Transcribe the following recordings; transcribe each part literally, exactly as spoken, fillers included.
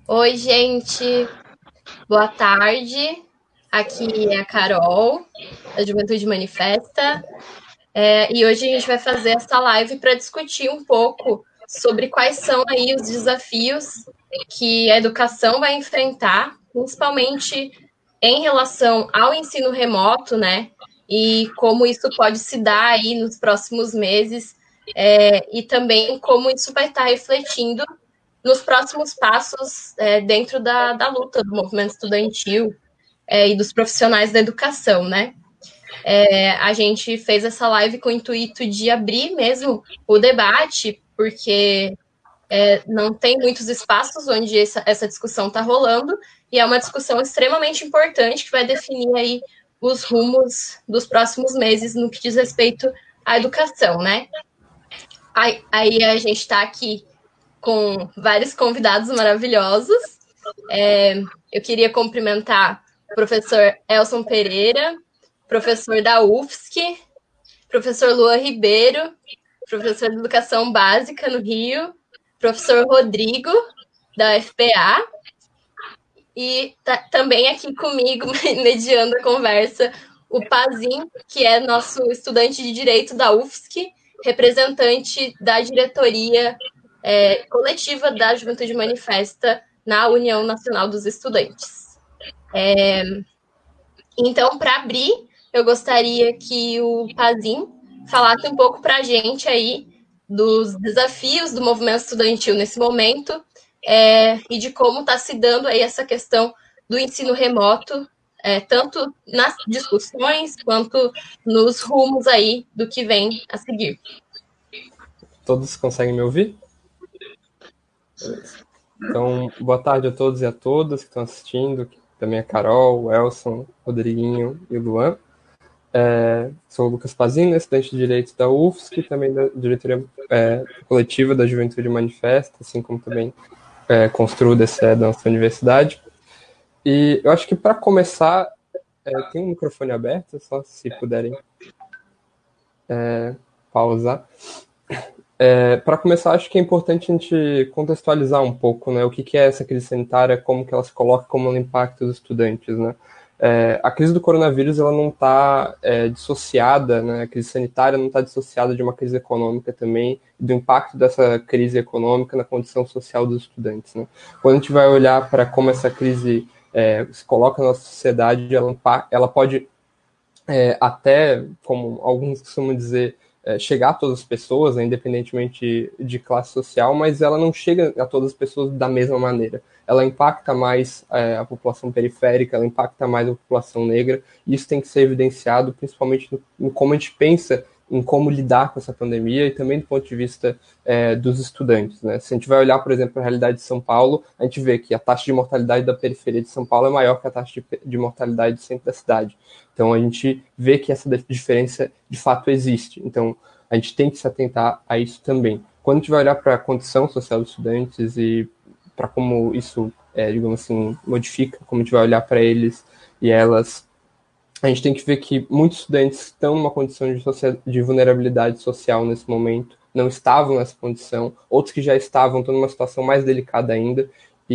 Oi, gente, boa tarde. Aqui é a Carol, da Juventude Manifesta, é, e hoje a gente vai fazer essa live para discutir um pouco sobre quais são aí os desafios que a educação vai enfrentar, principalmente em relação ao ensino remoto, né? E como isso pode se dar aí nos próximos meses, é, e também como isso vai estar refletindo nos próximos passos é, dentro da, da luta do movimento estudantil é, e dos profissionais da educação, né? É, a gente fez essa live com o intuito de abrir mesmo o debate, porque é, não tem muitos espaços onde essa, essa discussão está rolando, e é uma discussão extremamente importante que vai definir aí os rumos dos próximos meses no que diz respeito à educação, né? Aí, aí a gente está aqui com vários convidados maravilhosos. É, eu queria cumprimentar o professor Elson Pereira, professor da U F S C, professor Luan Ribeiro, professor de Educação Básica no Rio, professor Rodrigo, da F P A, e tá, também aqui comigo, mediando a conversa, o Pazin, que é nosso estudante de Direito da U F S C, representante da diretoria é, coletiva da Juventude Manifesta na União Nacional dos Estudantes. É, então, para abrir, eu gostaria que o Pazin falasse um pouco para a gente aí dos desafios do movimento estudantil nesse momento é, e de como está se dando aí essa questão do ensino remoto, é, tanto nas discussões quanto nos rumos aí do que vem a seguir. Todos conseguem me ouvir? Beleza. Então, boa tarde a todos e a todas que estão assistindo. Também a Carol, o Elson, o Rodriguinho e o Luan. É, sou o Lucas Pazina, estudante de Direito da U F S C, também da diretoria é, coletiva da Juventude Manifesta, assim como também é, construo D C E da nossa universidade. E eu acho que para começar, é, tem um microfone aberto, só se puderem é, pausar. É, para começar, acho que é importante a gente contextualizar um pouco, né, o que, que é essa crise sanitária, como que ela se coloca, como ela impacta os estudantes, né. É, a crise do coronavírus, ela não está é, dissociada, né, a crise sanitária não está dissociada de uma crise econômica também, do impacto dessa crise econômica na condição social dos estudantes, né. Quando a gente vai olhar para como essa crise é, se coloca na nossa sociedade, ela, ela pode é, até, como alguns costumam dizer, é, chegar a todas as pessoas, né, independentemente de classe social, mas ela não chega a todas as pessoas da mesma maneira. Ela impacta mais é, a população periférica, ela impacta mais a população negra, e isso tem que ser evidenciado, principalmente no, em como a gente pensa em como lidar com essa pandemia e também do ponto de vista é, dos estudantes, né? Se a gente vai olhar, por exemplo, a realidade de São Paulo, a gente vê que a taxa de mortalidade da periferia de São Paulo é maior que a taxa de, de mortalidade do centro da cidade. Então a gente vê que essa diferença de fato existe. Então a gente tem que se atentar a isso também. Quando a gente vai olhar para a condição social dos estudantes e para como isso, é, digamos assim, modifica, como a gente vai olhar para eles e elas, a gente tem que ver que muitos estudantes estão numa condição de, social, de vulnerabilidade social nesse momento, não estavam nessa condição, outros que já estavam estão numa situação mais delicada ainda,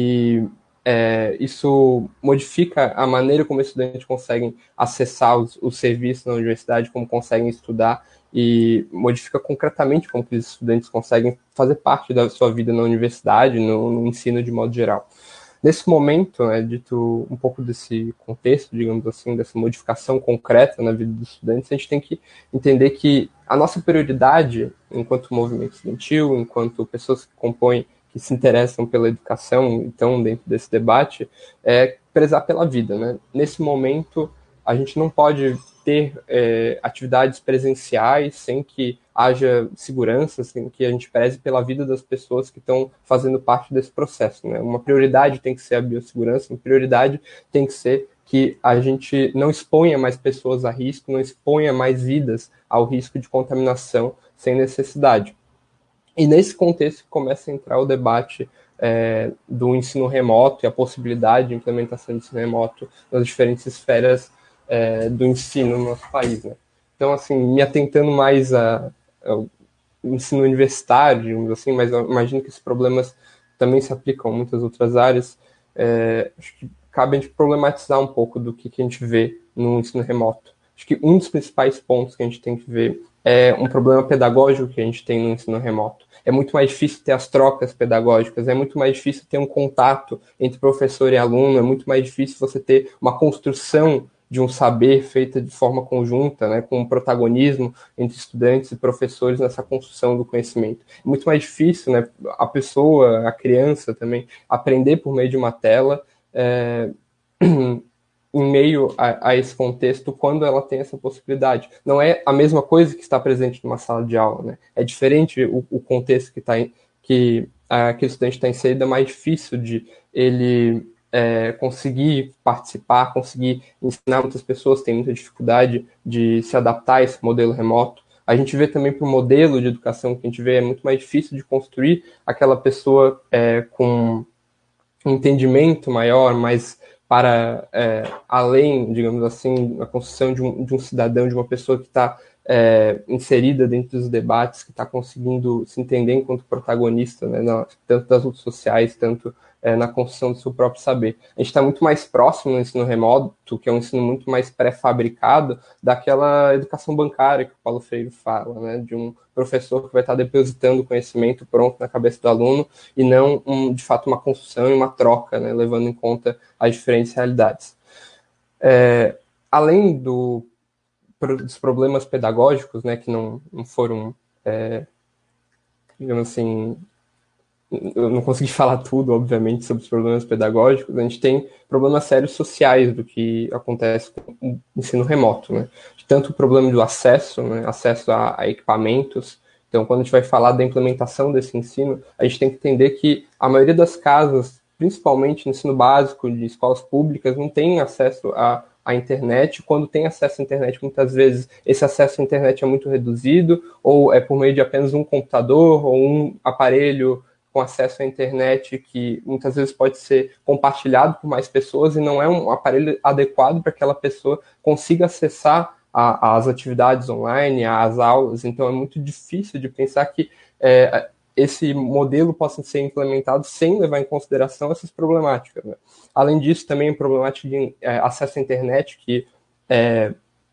e é, isso modifica a maneira como os estudantes conseguem acessar os, os serviços na universidade, como conseguem estudar, e modifica concretamente como que os estudantes conseguem fazer parte da sua vida na universidade, no, no ensino de modo geral. Nesse momento, né, dito um pouco desse contexto, digamos assim, dessa modificação concreta na vida dos estudantes, a gente tem que entender que a nossa prioridade, enquanto movimento estudantil, enquanto pessoas que compõem, que se interessam pela educação, então, dentro desse debate, é prezar pela vida, né? Nesse momento, a gente não pode ter é, atividades presenciais sem que haja segurança, sem que a gente preze pela vida das pessoas que estão fazendo parte desse processo, né? Uma prioridade tem que ser a biossegurança, uma prioridade tem que ser que a gente não exponha mais pessoas a risco, não exponha mais vidas ao risco de contaminação sem necessidade. E nesse contexto começa a entrar o debate é, do ensino remoto e a possibilidade de implementação de ensino remoto nas diferentes esferas é, do ensino no nosso país, né? Então, assim, me atentando mais ao ensino universitário, digamos assim, mas eu imagino que esses problemas também se aplicam a muitas outras áreas, é, acho que cabe a gente problematizar um pouco do que, que a gente vê no ensino remoto. Acho que um dos principais pontos que a gente tem que ver é um problema pedagógico que a gente tem no ensino remoto. É muito mais difícil ter as trocas pedagógicas, é muito mais difícil ter um contato entre professor e aluno, é muito mais difícil você ter uma construção de um saber feita de forma conjunta, né, com um protagonismo entre estudantes e professores nessa construção do conhecimento. É muito mais difícil, né, a pessoa, a criança também, aprender por meio de uma tela, é, em meio a, a esse contexto, quando ela tem essa possibilidade. Não é a mesma coisa que está presente numa sala de aula, né? É diferente o, o contexto que, tá em, que aquele estudante está inserido, é mais difícil de ele é, conseguir participar, conseguir ensinar. Muitas pessoas têm muita dificuldade de se adaptar a esse modelo remoto. A gente vê também para o modelo de educação que a gente vê, é muito mais difícil de construir aquela pessoa é, com um entendimento maior, mais para é, além, digamos assim, a construção de um, de um cidadão, de uma pessoa que está é, inserida dentro dos debates, que está conseguindo se entender enquanto protagonista, né, na, tanto das lutas sociais, tanto é, na construção do seu próprio saber. A gente está muito mais próximo no ensino remoto, que é um ensino muito mais pré-fabricado, daquela educação bancária que o Paulo Freire fala, né, de um professor que vai estar depositando o conhecimento pronto na cabeça do aluno e não, um, de fato, uma construção e uma troca, né, levando em conta as diferentes realidades. É, além do, dos problemas pedagógicos, né, que não, não foram, é, digamos assim, eu não consegui falar tudo, obviamente, sobre os problemas pedagógicos, a gente tem problemas sérios sociais do que acontece com o ensino remoto, né? Tanto o problema do acesso, né? Acesso a, a equipamentos. Então, quando a gente vai falar da implementação desse ensino, a gente tem que entender que a maioria das casas, principalmente no ensino básico de escolas públicas, não tem acesso a a internet. Quando tem acesso à internet, muitas vezes esse acesso à internet é muito reduzido, ou é por meio de apenas um computador ou um aparelho com acesso à internet que muitas vezes pode ser compartilhado por mais pessoas e não é um aparelho adequado para que aquela pessoa consiga acessar a, as atividades online, as aulas. Então é muito difícil de pensar que é, esse modelo possa ser implementado sem levar em consideração essas problemáticas, né? Além disso, também a problemática de é, acesso à internet, que é,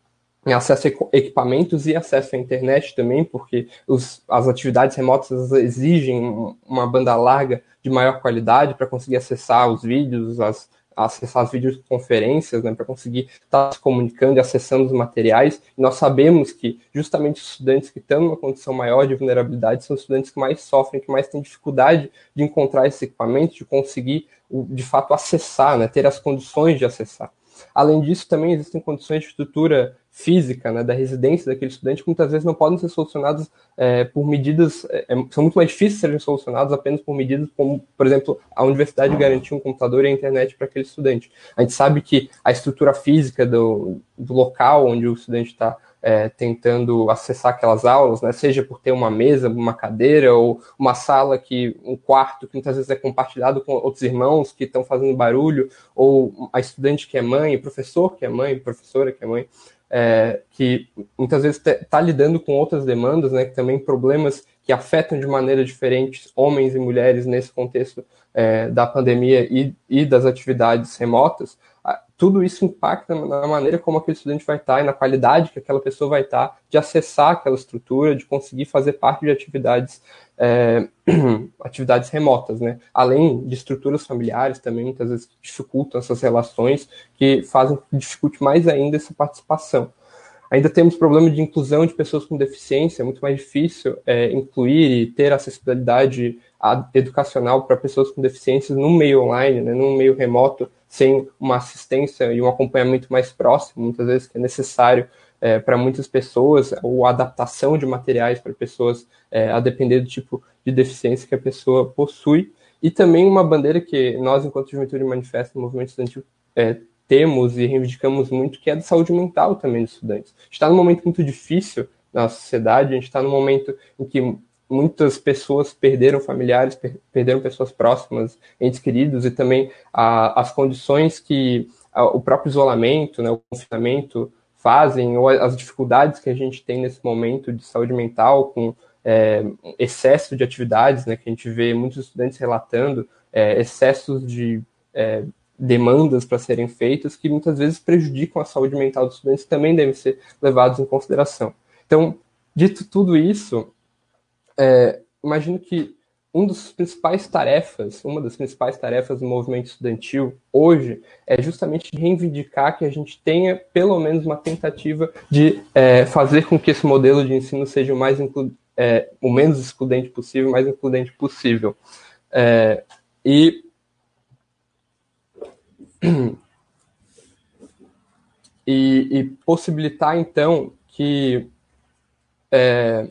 acesso a equipamentos e acesso à internet também, porque os, as atividades remotas exigem uma banda larga de maior qualidade para conseguir acessar os vídeos, as, acessar as videoconferências, né, para conseguir estar se comunicando e acessando os materiais. E nós sabemos que justamente os estudantes que estão numa condição maior de vulnerabilidade são os estudantes que mais sofrem, que mais têm dificuldade de encontrar esses equipamentos, de conseguir, de fato, acessar, né, ter as condições de acessar. Além disso, também existem condições de estrutura física, né, da residência daquele estudante que muitas vezes não podem ser solucionadas é, por medidas, é, são muito mais difíceis de serem solucionadas apenas por medidas como, por exemplo, a universidade garantir um computador e a internet para aquele estudante. A gente sabe que a estrutura física do, do local onde o estudante está é, tentando acessar aquelas aulas, né, seja por ter uma mesa, uma cadeira ou uma sala, que um quarto que muitas vezes é compartilhado com outros irmãos que estão fazendo barulho, ou a estudante que é mãe, professor que é mãe, professora que é mãe, É, que muitas vezes está lidando com outras demandas, né, que também problemas que afetam de maneira diferente homens e mulheres nesse contexto é, da pandemia e, e das atividades remotas. Tudo isso impacta na maneira como aquele estudante vai estar e na qualidade que aquela pessoa vai estar de acessar aquela estrutura, de conseguir fazer parte de atividades é, atividades remotas, né? Além de estruturas familiares também, muitas vezes dificultam essas relações, que fazem que dificulte mais ainda essa participação. Ainda temos problema de inclusão de pessoas com deficiência, é muito mais difícil é, incluir e ter acessibilidade educacional para pessoas com deficiências no meio online, né, no meio remoto, sem uma assistência e um acompanhamento mais próximo, muitas vezes que é necessário é, para muitas pessoas, ou adaptação de materiais para pessoas, é, a depender do tipo de deficiência que a pessoa possui. E também uma bandeira que nós, enquanto Juventude Manifesta, movimento estudantil, é, temos e reivindicamos muito, que é da saúde mental também dos estudantes. A gente está num momento muito difícil na sociedade, a gente está num momento em que muitas pessoas perderam familiares, per perderam pessoas próximas, entes queridos, e também a, as condições que a, o próprio isolamento, né, o confinamento fazem, ou as dificuldades que a gente tem nesse momento de saúde mental, com é, excesso de atividades, né, que a gente vê muitos estudantes relatando, é, excessos de é, demandas para serem feitas que muitas vezes prejudicam a saúde mental dos estudantes, também devem ser levados em consideração. Então, dito tudo isso, é, imagino que um dos principais tarefas, uma das principais tarefas do movimento estudantil hoje é justamente reivindicar que a gente tenha pelo menos uma tentativa de é, fazer com que esse modelo de ensino seja o mais inclu- é, o menos excludente possível, o mais includente possível. É, e E, e possibilitar, então, que, é,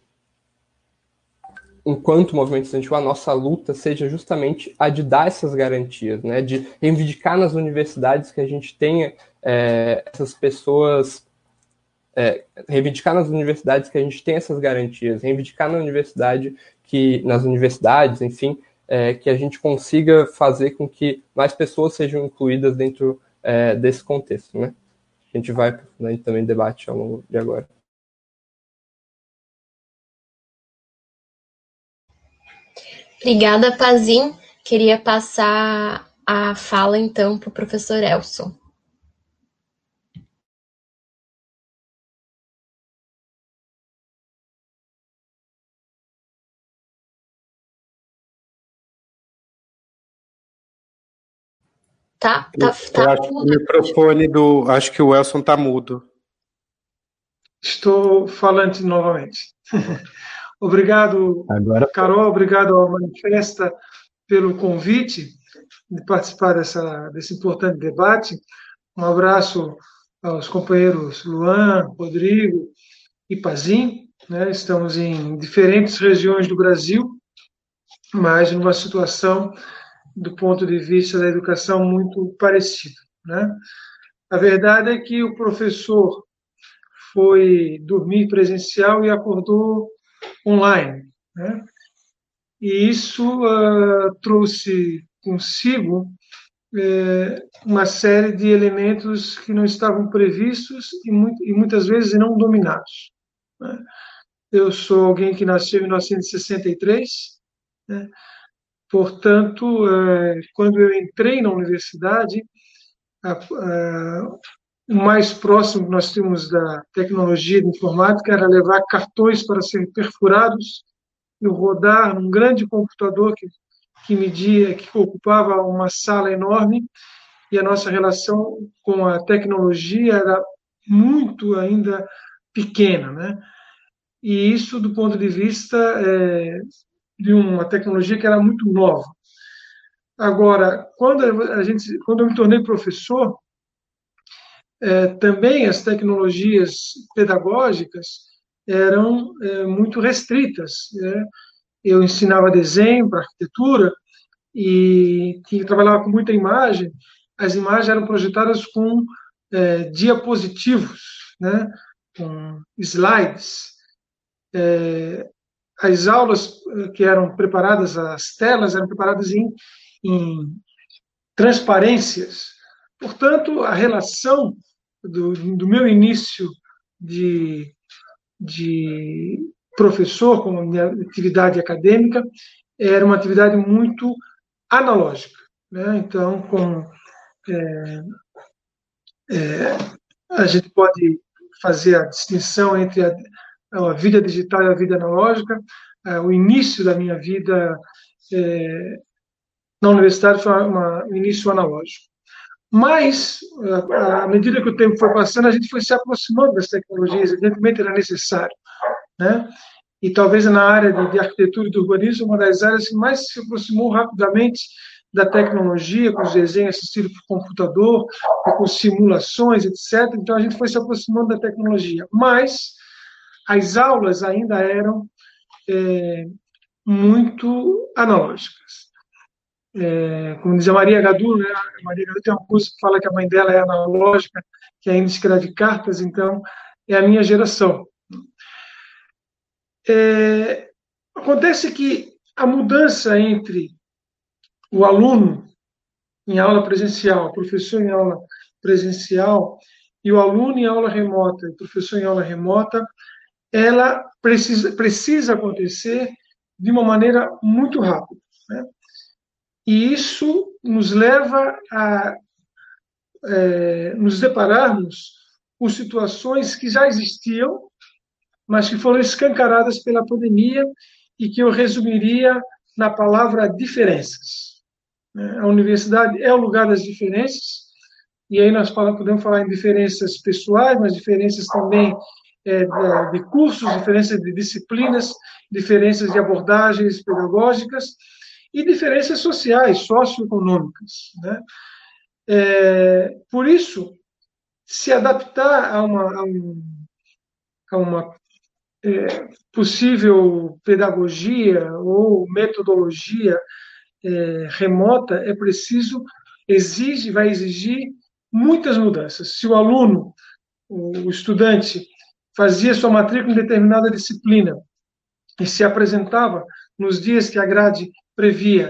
enquanto movimento estudantil, a nossa luta seja justamente a de dar essas garantias, né? De reivindicar nas universidades que a gente tenha é, essas pessoas, é, reivindicar nas universidades que a gente tenha essas garantias, reivindicar na universidade que, nas universidades, enfim, é, que a gente consiga fazer com que mais pessoas sejam incluídas dentro é, desse contexto, né? A gente vai né, também debate ao longo de agora. Obrigada, Pazin. Queria passar a fala, então, para o professor Elson. Tá, tá, tá. Eu acho que o microfone do. Acho que o Elson está mudo. Estou falante novamente. Obrigado, Agora... Carol, obrigado ao Manifesta pelo convite de participar dessa, desse importante debate. Um abraço aos companheiros Luan, Rodrigo e Pazin. Né? Estamos em diferentes regiões do Brasil, mas numa situação, do ponto de vista da educação, muito parecida. Né? A verdade é que o professor foi dormir presencial e acordou online, né? E isso uh, trouxe consigo uh, uma série de elementos que não estavam previstos e, muito, e muitas vezes não dominados, né? Eu sou alguém que nasceu em mil novecentos e sessenta e três, né? Portanto, uh, quando eu entrei na universidade, uh, o mais próximo que nós tínhamos da tecnologia de informática era levar cartões para serem perfurados e rodar num grande computador que, que media, que ocupava uma sala enorme, e a nossa relação com a tecnologia era muito ainda pequena, né? E isso do ponto de vista é, de uma tecnologia que era muito nova. Agora, quando a gente, quando eu me tornei professor, É, também as tecnologias pedagógicas eram é, muito restritas, né? Eu ensinava desenho para arquitetura e que trabalhava com muita imagem. As imagens eram projetadas com é, diapositivos, né? Com slides. É, as aulas que eram preparadas, as telas eram preparadas em, em transparências. Portanto, a relação do, do meu início de, de professor, com a minha atividade acadêmica, era uma atividade muito analógica, né? Então, com, é, é, a gente pode fazer a distinção entre a, a vida digital e a vida analógica. É, o início da minha vida é, na universidade foi uma, um início analógico. Mas, à medida que o tempo foi passando, a gente foi se aproximando das tecnologias, evidentemente era necessário, né? E talvez na área de, de arquitetura e de urbanismo, uma das áreas que mais se aproximou rapidamente da tecnologia, com os desenhos assistidos por computador, com simulações, etcétera. Então, a gente foi se aproximando da tecnologia. Mas as aulas ainda eram é, muito analógicas. É, como dizia Maria Gadu, né? Maria Gadu tem uma música que fala que a mãe dela é analógica, que ainda escreve cartas, então é a minha geração. É, acontece que a mudança entre o aluno em aula presencial, o professor em aula presencial, e o aluno em aula remota, o professor em aula remota, ela precisa, precisa acontecer de uma maneira muito rápida, né? E isso nos leva a é, nos depararmos com situações que já existiam, mas que foram escancaradas pela pandemia e que eu resumiria na palavra diferenças. A universidade é o lugar das diferenças, e aí nós podemos falar em diferenças pessoais, mas diferenças também é, de cursos, diferenças de disciplinas, diferenças de abordagens pedagógicas e diferenças sociais, socioeconômicas, né? É, por isso, se adaptar a uma, a um, a uma é, possível pedagogia ou metodologia é, remota é preciso, exige, vai exigir muitas mudanças. Se o aluno, o estudante, fazia sua matrícula em determinada disciplina e se apresentava nos dias que a grade previa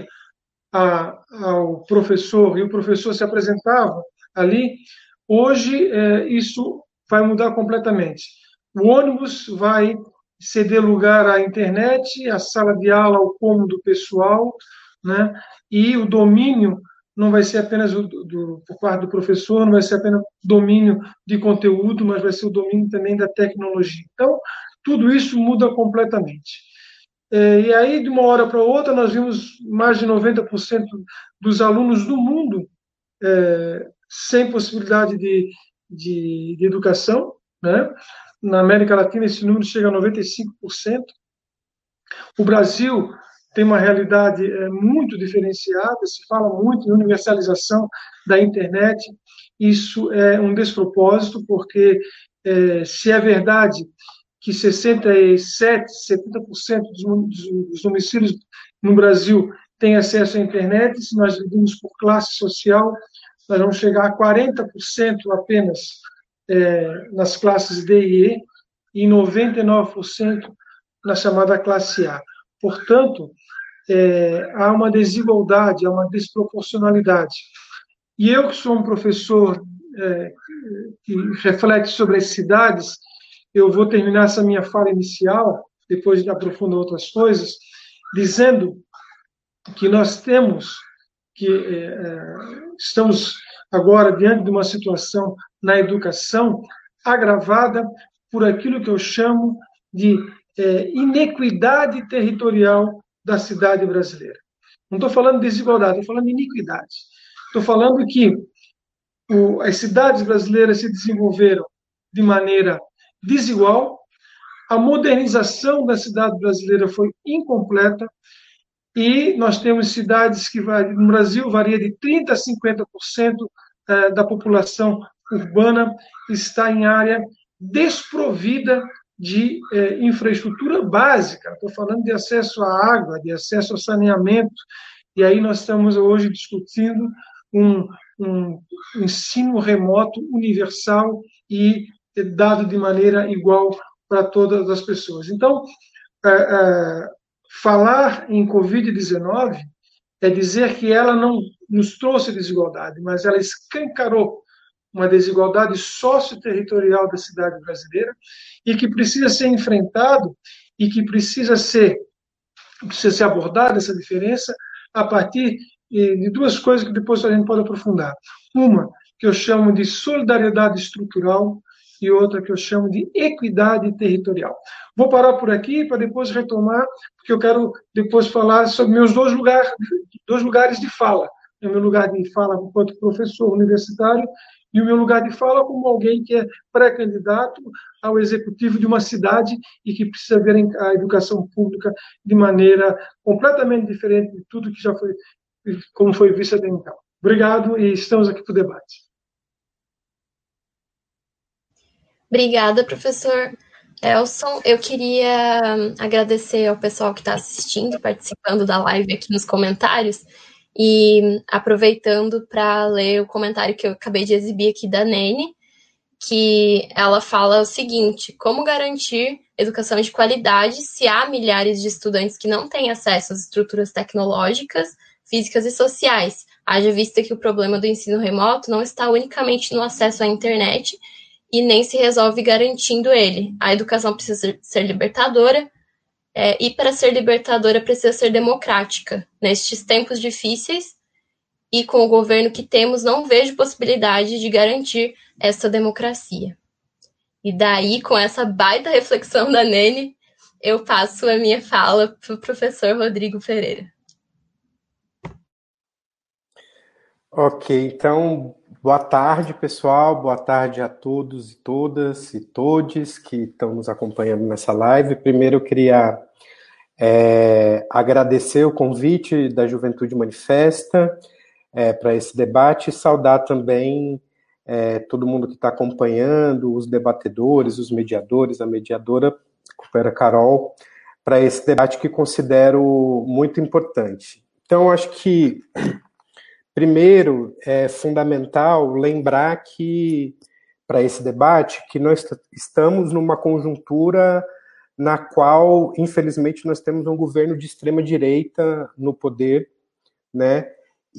a, ao professor, e o professor se apresentava ali, hoje é, isso vai mudar completamente. O ônibus vai ceder lugar à internet, à sala de aula, ao cômodo pessoal, né? E o domínio não vai ser apenas o do, do, por parte do professor, não vai ser apenas domínio de conteúdo, mas vai ser o domínio também da tecnologia. Então, tudo isso muda completamente. E aí, de uma hora para outra, nós vimos mais de noventa por cento dos alunos do mundo é, sem possibilidade de, de, de educação, né? Na América Latina, esse número chega a noventa e cinco por cento. O Brasil tem uma realidade é, muito diferenciada, se fala muito em universalização da internet. Isso é um despropósito, porque é, se é verdade que sessenta e sete, setenta por cento dos domicílios no Brasil têm acesso à internet, se nós dividimos por classe social, nós vamos chegar a quarenta por cento apenas é, nas classes D e E e noventa e nove por cento na chamada classe A. Portanto, é, há uma desigualdade, há uma desproporcionalidade. E eu, que sou um professor é, que reflete sobre as cidades, eu vou terminar essa minha fala inicial, depois de aprofundar outras coisas, dizendo que nós temos que é, estamos agora diante de uma situação na educação agravada por aquilo que eu chamo de é, inequidade territorial da cidade brasileira. Não estou falando de desigualdade, estou falando de iniquidade. Estou falando que o, as cidades brasileiras se desenvolveram de maneira desigual, a modernização da cidade brasileira foi incompleta, e nós temos cidades que, no Brasil, varia de trinta por cento a cinquenta por cento da população urbana está em área desprovida de eh, infraestrutura básica. Estou falando de acesso à água, de acesso ao saneamento, e aí nós estamos hoje discutindo um, um ensino remoto universal e dado de maneira igual para todas as pessoas. Então, é, é, falar em covid dezenove é dizer que ela não nos trouxe desigualdade, mas ela escancarou uma desigualdade socioterritorial da cidade brasileira e que precisa ser enfrentado e que precisa ser, precisa ser abordada essa diferença a partir de duas coisas que depois a gente pode aprofundar. Uma, que eu chamo de solidariedade estrutural, e outra que eu chamo de equidade territorial. Vou parar por aqui para depois retomar, porque eu quero depois falar sobre meus dois lugares, dois lugares de fala. O meu lugar de fala enquanto professor universitário e o meu lugar de fala como alguém que é pré-candidato ao executivo de uma cidade e que precisa ver a educação pública de maneira completamente diferente de tudo que já foi, como foi visto até então. Obrigado e estamos aqui para o debate. Obrigada, professor Elson. Eu queria agradecer ao pessoal que está assistindo, participando da live aqui nos comentários, e aproveitando para ler o comentário que eu acabei de exibir aqui da Nene, que ela fala o seguinte: como garantir educação de qualidade se há milhares de estudantes que não têm acesso às estruturas tecnológicas, físicas e sociais? Haja vista que o problema do ensino remoto não está unicamente no acesso à internet, e nem se resolve garantindo ele. A educação precisa ser libertadora, é, e para ser libertadora precisa ser democrática. Nestes tempos difíceis e com o governo que temos, não vejo possibilidade de garantir essa democracia. E daí, com essa baita reflexão da Nene, eu passo a minha fala para o professor Rodrigo Pereira. Ok, então, boa tarde, pessoal, boa tarde a todos e todas e todes que estão nos acompanhando nessa live. Primeiro, eu queria é, agradecer o convite da Juventude Manifesta é, para esse debate e saudar também é, todo mundo que está acompanhando, os debatedores, os mediadores, a mediadora, a Carol, para esse debate que considero muito importante. Então, acho que primeiro, é fundamental lembrar que, para esse debate, que nós estamos numa conjuntura na qual, infelizmente, nós temos um governo de extrema-direita no poder, né?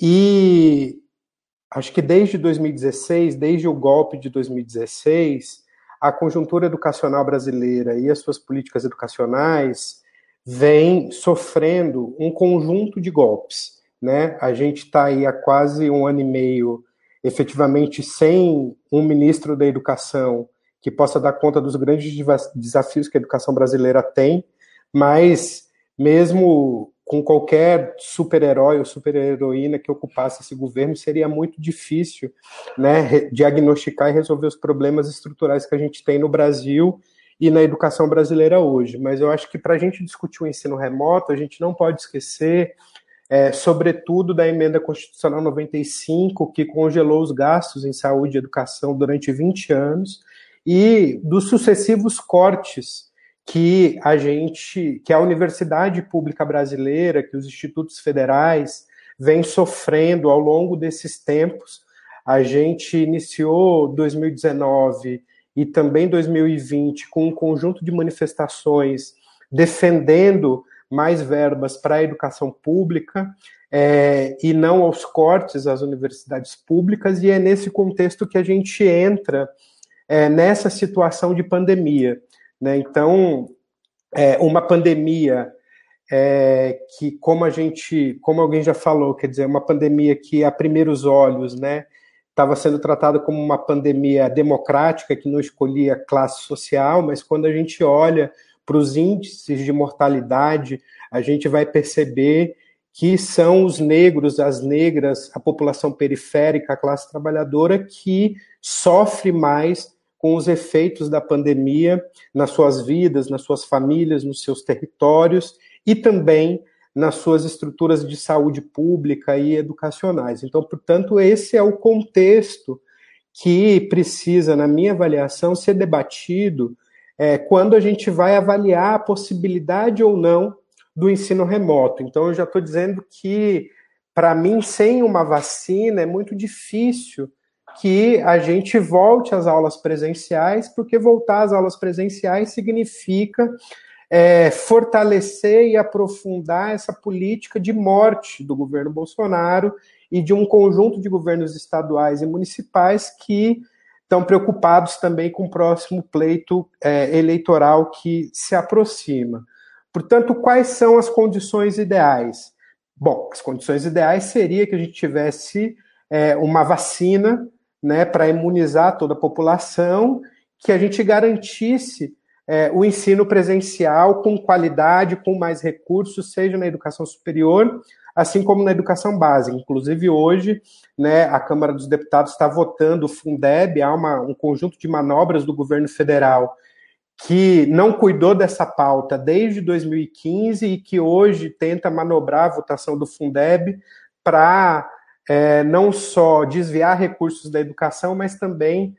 E acho que desde dois mil e dezesseis, desde o golpe de dois mil e dezesseis, a conjuntura educacional brasileira e as suas políticas educacionais vêm sofrendo um conjunto de golpes. Né? A gente está aí há quase um ano e meio, efetivamente, sem um ministro da educação que possa dar conta dos grandes desafios que a educação brasileira tem, mas mesmo com qualquer super-herói ou super-heroína que ocupasse esse governo, seria muito difícil, né, diagnosticar e resolver os problemas estruturais que a gente tem no Brasil e na educação brasileira hoje. Mas eu acho que para a gente discutir o ensino remoto, a gente não pode esquecer É, sobretudo da emenda constitucional noventa e cinco, que congelou os gastos em saúde e educação durante vinte anos, e dos sucessivos cortes que a gente, que a universidade pública brasileira, que os institutos federais vêm sofrendo ao longo desses tempos. A gente iniciou dois mil e dezenove e também dois mil e vinte com um conjunto de manifestações defendendo mais verbas para a educação pública é, e não aos cortes às universidades públicas, e é nesse contexto que a gente entra é, nessa situação de pandemia. Né? Então, é, uma pandemia é, que, como a gente, como alguém já falou, quer dizer, uma pandemia que, a primeiros olhos, né, estava sendo tratada como uma pandemia democrática, que não escolhia classe social, mas quando a gente olha para os índices de mortalidade, a gente vai perceber que são os negros, as negras, a população periférica, a classe trabalhadora que sofre mais com os efeitos da pandemia nas suas vidas, nas suas famílias, nos seus territórios e também nas suas estruturas de saúde pública e educacionais. Então, portanto, esse é o contexto que precisa, na minha avaliação, ser debatido É, quando a gente vai avaliar a possibilidade ou não do ensino remoto. Então, eu já estou dizendo que, para mim, sem uma vacina, é muito difícil que a gente volte às aulas presenciais, porque voltar às aulas presenciais significa é, fortalecer e aprofundar essa política de morte do governo Bolsonaro e de um conjunto de governos estaduais e municipais que estão preocupados também com o próximo pleito é, eleitoral que se aproxima. Portanto, quais são as condições ideais? Bom, as condições ideais seria que a gente tivesse é, uma vacina, né, para imunizar toda a população, que a gente garantisse é, o ensino presencial com qualidade, com mais recursos, seja na educação superior, assim como na educação básica. Inclusive, hoje, né, a Câmara dos Deputados está votando o Fundeb, há uma, um conjunto de manobras do governo federal que não cuidou dessa pauta desde dois mil e quinze e que hoje tenta manobrar a votação do Fundeb para é, não só desviar recursos da educação, mas também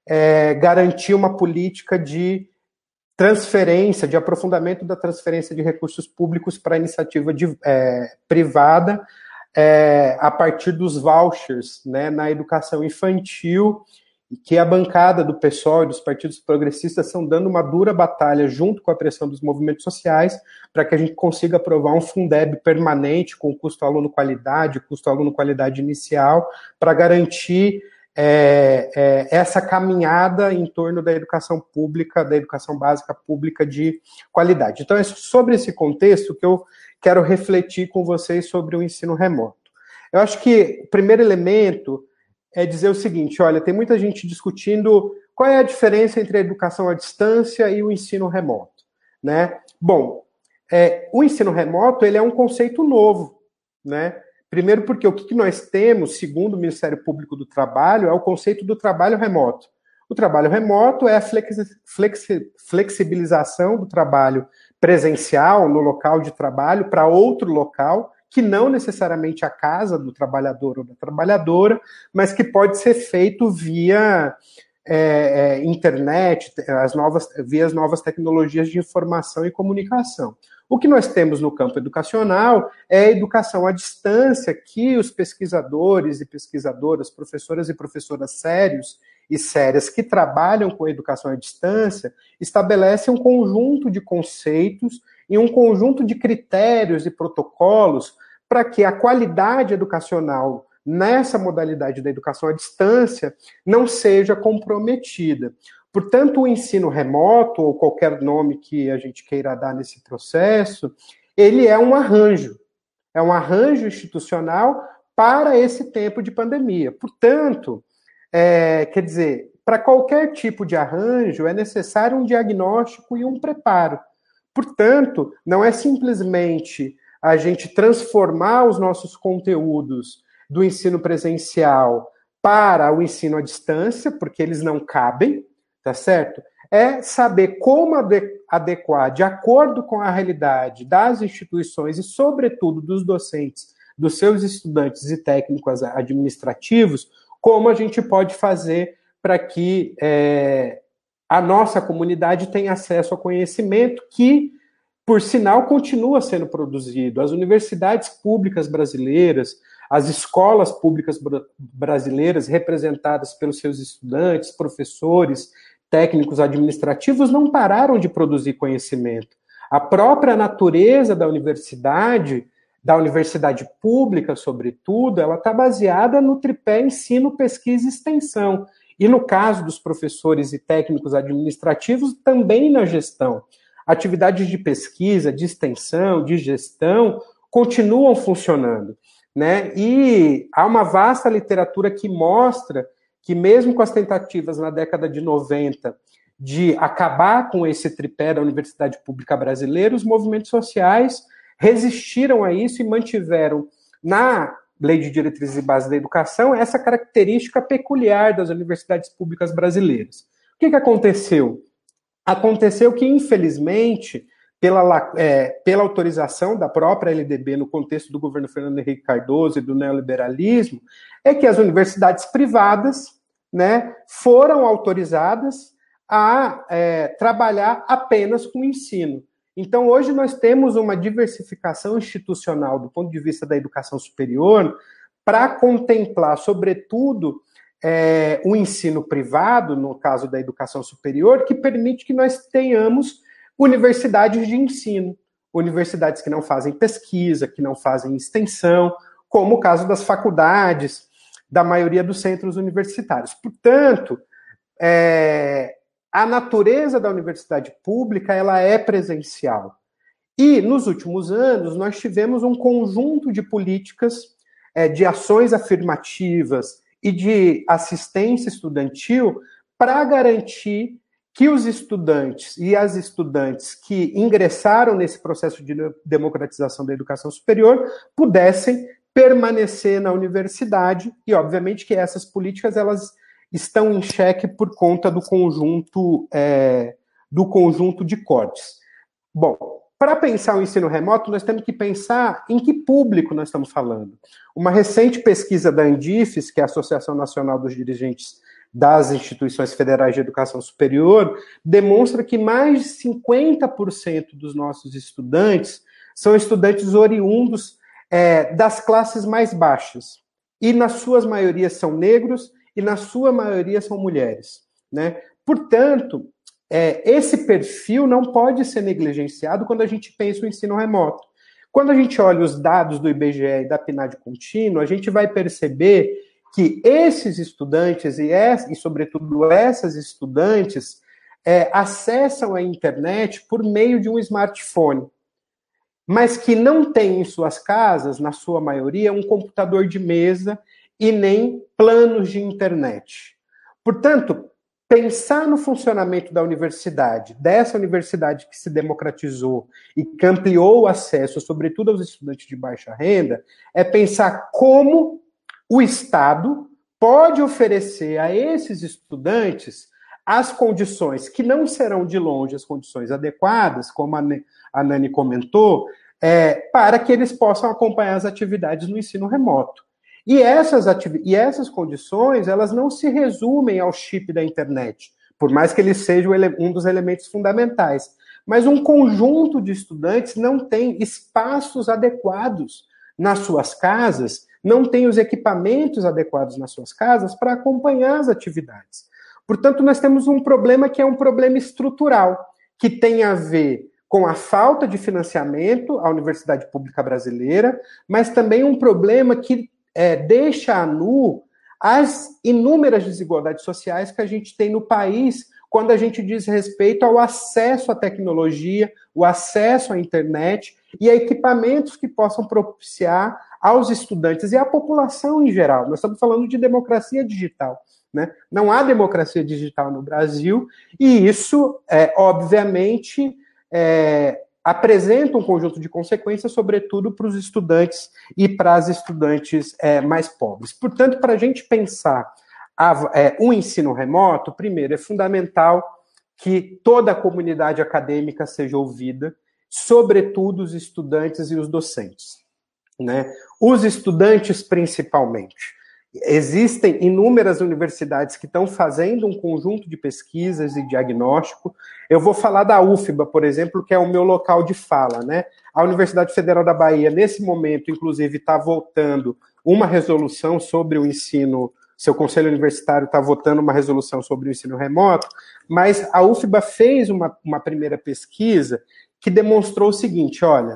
é, garantir uma política de transferência, de aprofundamento da transferência de recursos públicos para a iniciativa de, é, privada é, a partir dos vouchers, né, na educação infantil, que a bancada do PSOL e dos partidos progressistas estão dando uma dura batalha junto com a pressão dos movimentos sociais para que a gente consiga aprovar um Fundeb permanente com custo aluno qualidade, custo aluno qualidade inicial, para garantir é, é, essa caminhada em torno da educação pública, da educação básica pública de qualidade. Então, é sobre esse contexto que eu quero refletir com vocês sobre o ensino remoto. Eu acho que o primeiro elemento é dizer o seguinte, olha, tem muita gente discutindo qual é a diferença entre a educação à distância e o ensino remoto, né? Bom, é, o ensino remoto, ele é um conceito novo, né? Primeiro porque o que nós temos, segundo o Ministério Público do Trabalho, é o conceito do trabalho remoto. O trabalho remoto é a flexi flexi flexibilização do trabalho presencial no local de trabalho para outro local, que não necessariamente a casa do trabalhador ou da trabalhadora, mas que pode ser feito via é, é, internet, as novas, via as novas tecnologias de informação e comunicação. O que nós temos no campo educacional é a educação à distância, que os pesquisadores e pesquisadoras, professoras e professoras sérios e sérias que trabalham com a educação à distância estabelecem um conjunto de conceitos e um conjunto de critérios e protocolos para que a qualidade educacional nessa modalidade da educação à distância não seja comprometida. Portanto, o ensino remoto, ou qualquer nome que a gente queira dar nesse processo, ele é um arranjo, é um arranjo institucional para esse tempo de pandemia. Portanto, é, quer dizer, para qualquer tipo de arranjo é necessário um diagnóstico e um preparo. Portanto, não é simplesmente a gente transformar os nossos conteúdos do ensino presencial para o ensino à distância, porque eles não cabem, tá certo? É saber como adequar, de acordo com a realidade das instituições e, sobretudo, dos docentes, dos seus estudantes e técnicos administrativos, como a gente pode fazer para que é, a nossa comunidade tenha acesso ao conhecimento que, por sinal, continua sendo produzido. As universidades públicas brasileiras, as escolas públicas brasileiras, representadas pelos seus estudantes, professores, técnicos administrativos, não pararam de produzir conhecimento. A própria natureza da universidade, da universidade pública, sobretudo, ela está baseada no tripé ensino, pesquisa e extensão. E no caso dos professores e técnicos administrativos, também na gestão. Atividades de pesquisa, de extensão, de gestão, continuam funcionando, né? E há uma vasta literatura que mostra que mesmo com as tentativas na década de noventa de acabar com esse tripé da universidade pública brasileira, os movimentos sociais resistiram a isso e mantiveram na Lei de Diretrizes e Bases da Educação essa característica peculiar das universidades públicas brasileiras. O que, que aconteceu? Aconteceu que, infelizmente, pela, é, pela autorização da própria L D B no contexto do governo Fernando Henrique Cardoso e do neoliberalismo, é que as universidades privadas, né, foram autorizadas a é, trabalhar apenas com ensino. Então, hoje nós temos uma diversificação institucional do ponto de vista da educação superior para contemplar, sobretudo, é, o ensino privado, no caso da educação superior, que permite que nós tenhamos universidades de ensino, universidades que não fazem pesquisa, que não fazem extensão, como o caso das faculdades, da maioria dos centros universitários. Portanto, é, a natureza da universidade pública ela é presencial. E, nos últimos anos, nós tivemos um conjunto de políticas, é, de ações afirmativas e de assistência estudantil para garantir que os estudantes e as estudantes que ingressaram nesse processo de democratização da educação superior pudessem permanecer na universidade e, obviamente, que essas políticas elas estão em xeque por conta do conjunto, é, do conjunto de cortes. Bom, para pensar o ensino remoto, nós temos que pensar em que público nós estamos falando. Uma recente pesquisa da Andifes, que é a Associação Nacional dos Dirigentes das Instituições Federais de Educação Superior, demonstra que mais de cinquenta por cento dos nossos estudantes são estudantes oriundos é, das classes mais baixas. E, na sua maioria, são negros e, na sua maioria, são mulheres, né? Portanto, é, esse perfil não pode ser negligenciado quando a gente pensa o ensino remoto. Quando a gente olha os dados do I B G E e da PNAD contínua, a gente vai perceber que esses estudantes e, e sobretudo, essas estudantes é, acessam a internet por meio de um smartphone, mas que não têm em suas casas, na sua maioria, um computador de mesa e nem planos de internet. Portanto, pensar no funcionamento da universidade, dessa universidade que se democratizou e que ampliou o acesso, sobretudo aos estudantes de baixa renda, é pensar como o Estado pode oferecer a esses estudantes as condições, que não serão de longe as condições adequadas, como a Nani comentou, é, para que eles possam acompanhar as atividades no ensino remoto. E essas, e essas condições, elas não se resumem ao chip da internet, por mais que ele seja um dos elementos fundamentais. Mas um conjunto de estudantes não tem espaços adequados nas suas casas, não tem os equipamentos adequados nas suas casas para acompanhar as atividades. Portanto, nós temos um problema que é um problema estrutural, que tem a ver com a falta de financiamento à universidade pública brasileira, mas também um problema que É, deixa a nu as inúmeras desigualdades sociais que a gente tem no país quando a gente diz respeito ao acesso à tecnologia, o acesso à internet e a equipamentos que possam propiciar aos estudantes e à população em geral. Nós estamos falando de democracia digital, né? Não há democracia digital no Brasil e isso, é, obviamente, é, apresenta um conjunto de consequências, sobretudo para os estudantes e para as estudantes é, mais pobres. Portanto, para a gente pensar a, é, um ensino remoto, primeiro, é fundamental que toda a comunidade acadêmica seja ouvida, sobretudo os estudantes e os docentes, né? Os estudantes, principalmente. Existem inúmeras universidades que estão fazendo um conjunto de pesquisas e diagnóstico. Eu vou falar da U F B A, por exemplo, que é o meu local de fala, né? A Universidade Federal da Bahia, nesse momento, inclusive, está votando uma resolução sobre o ensino, seu conselho universitário está votando uma resolução sobre o ensino remoto, mas a U F B A fez uma, uma primeira pesquisa que demonstrou o seguinte, olha,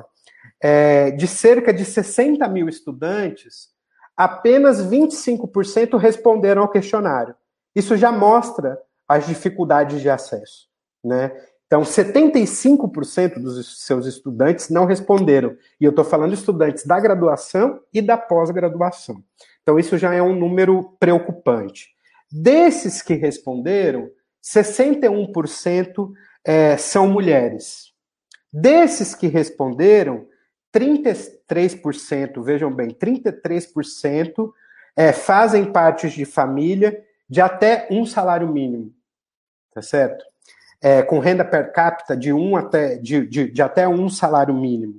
é, de cerca de sessenta mil estudantes, apenas vinte e cinco por cento responderam ao questionário. Isso já mostra as dificuldades de acesso, né? Então, setenta e cinco por cento dos seus estudantes não responderam. E eu estou falando de estudantes da graduação e da pós-graduação. Então, isso já é um número preocupante. Desses que responderam, sessenta e um por cento é, são mulheres. Desses que responderam, trinta e três por cento, vejam bem, trinta e três por cento é, fazem parte de família de até um salário mínimo, tá certo? É, com renda per capita de, um até, de, de, de até um salário mínimo.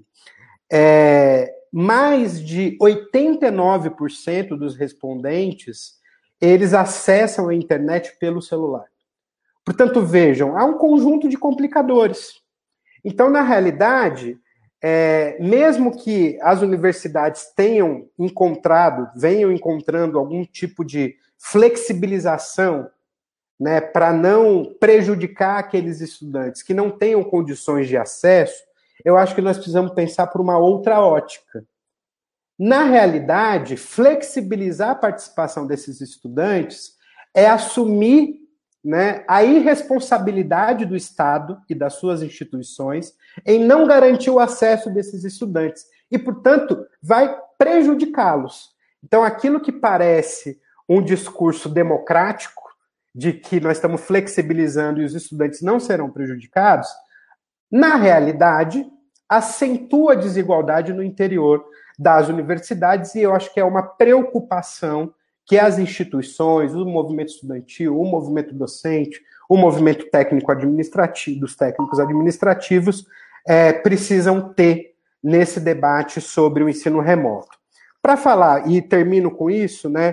É, mais de oitenta e nove por cento dos respondentes, eles acessam a internet pelo celular. Portanto, vejam, há um conjunto de complicadores. Então, na realidade, é, mesmo que as universidades tenham encontrado, venham encontrando algum tipo de flexibilização, né, para não prejudicar aqueles estudantes que não tenham condições de acesso, eu acho que nós precisamos pensar por uma outra ótica. Na realidade, flexibilizar a participação desses estudantes é assumir, né, a irresponsabilidade do Estado e das suas instituições em não garantir o acesso desses estudantes e, portanto, vai prejudicá-los. Então, aquilo que parece um discurso democrático, de que nós estamos flexibilizando e os estudantes não serão prejudicados, na realidade, acentua a desigualdade no interior das universidades e eu acho que é uma preocupação que as instituições, o movimento estudantil, o movimento docente, o movimento técnico-administrativo, dos técnicos administrativos, é, precisam ter nesse debate sobre o ensino remoto. Para falar, e termino com isso, né,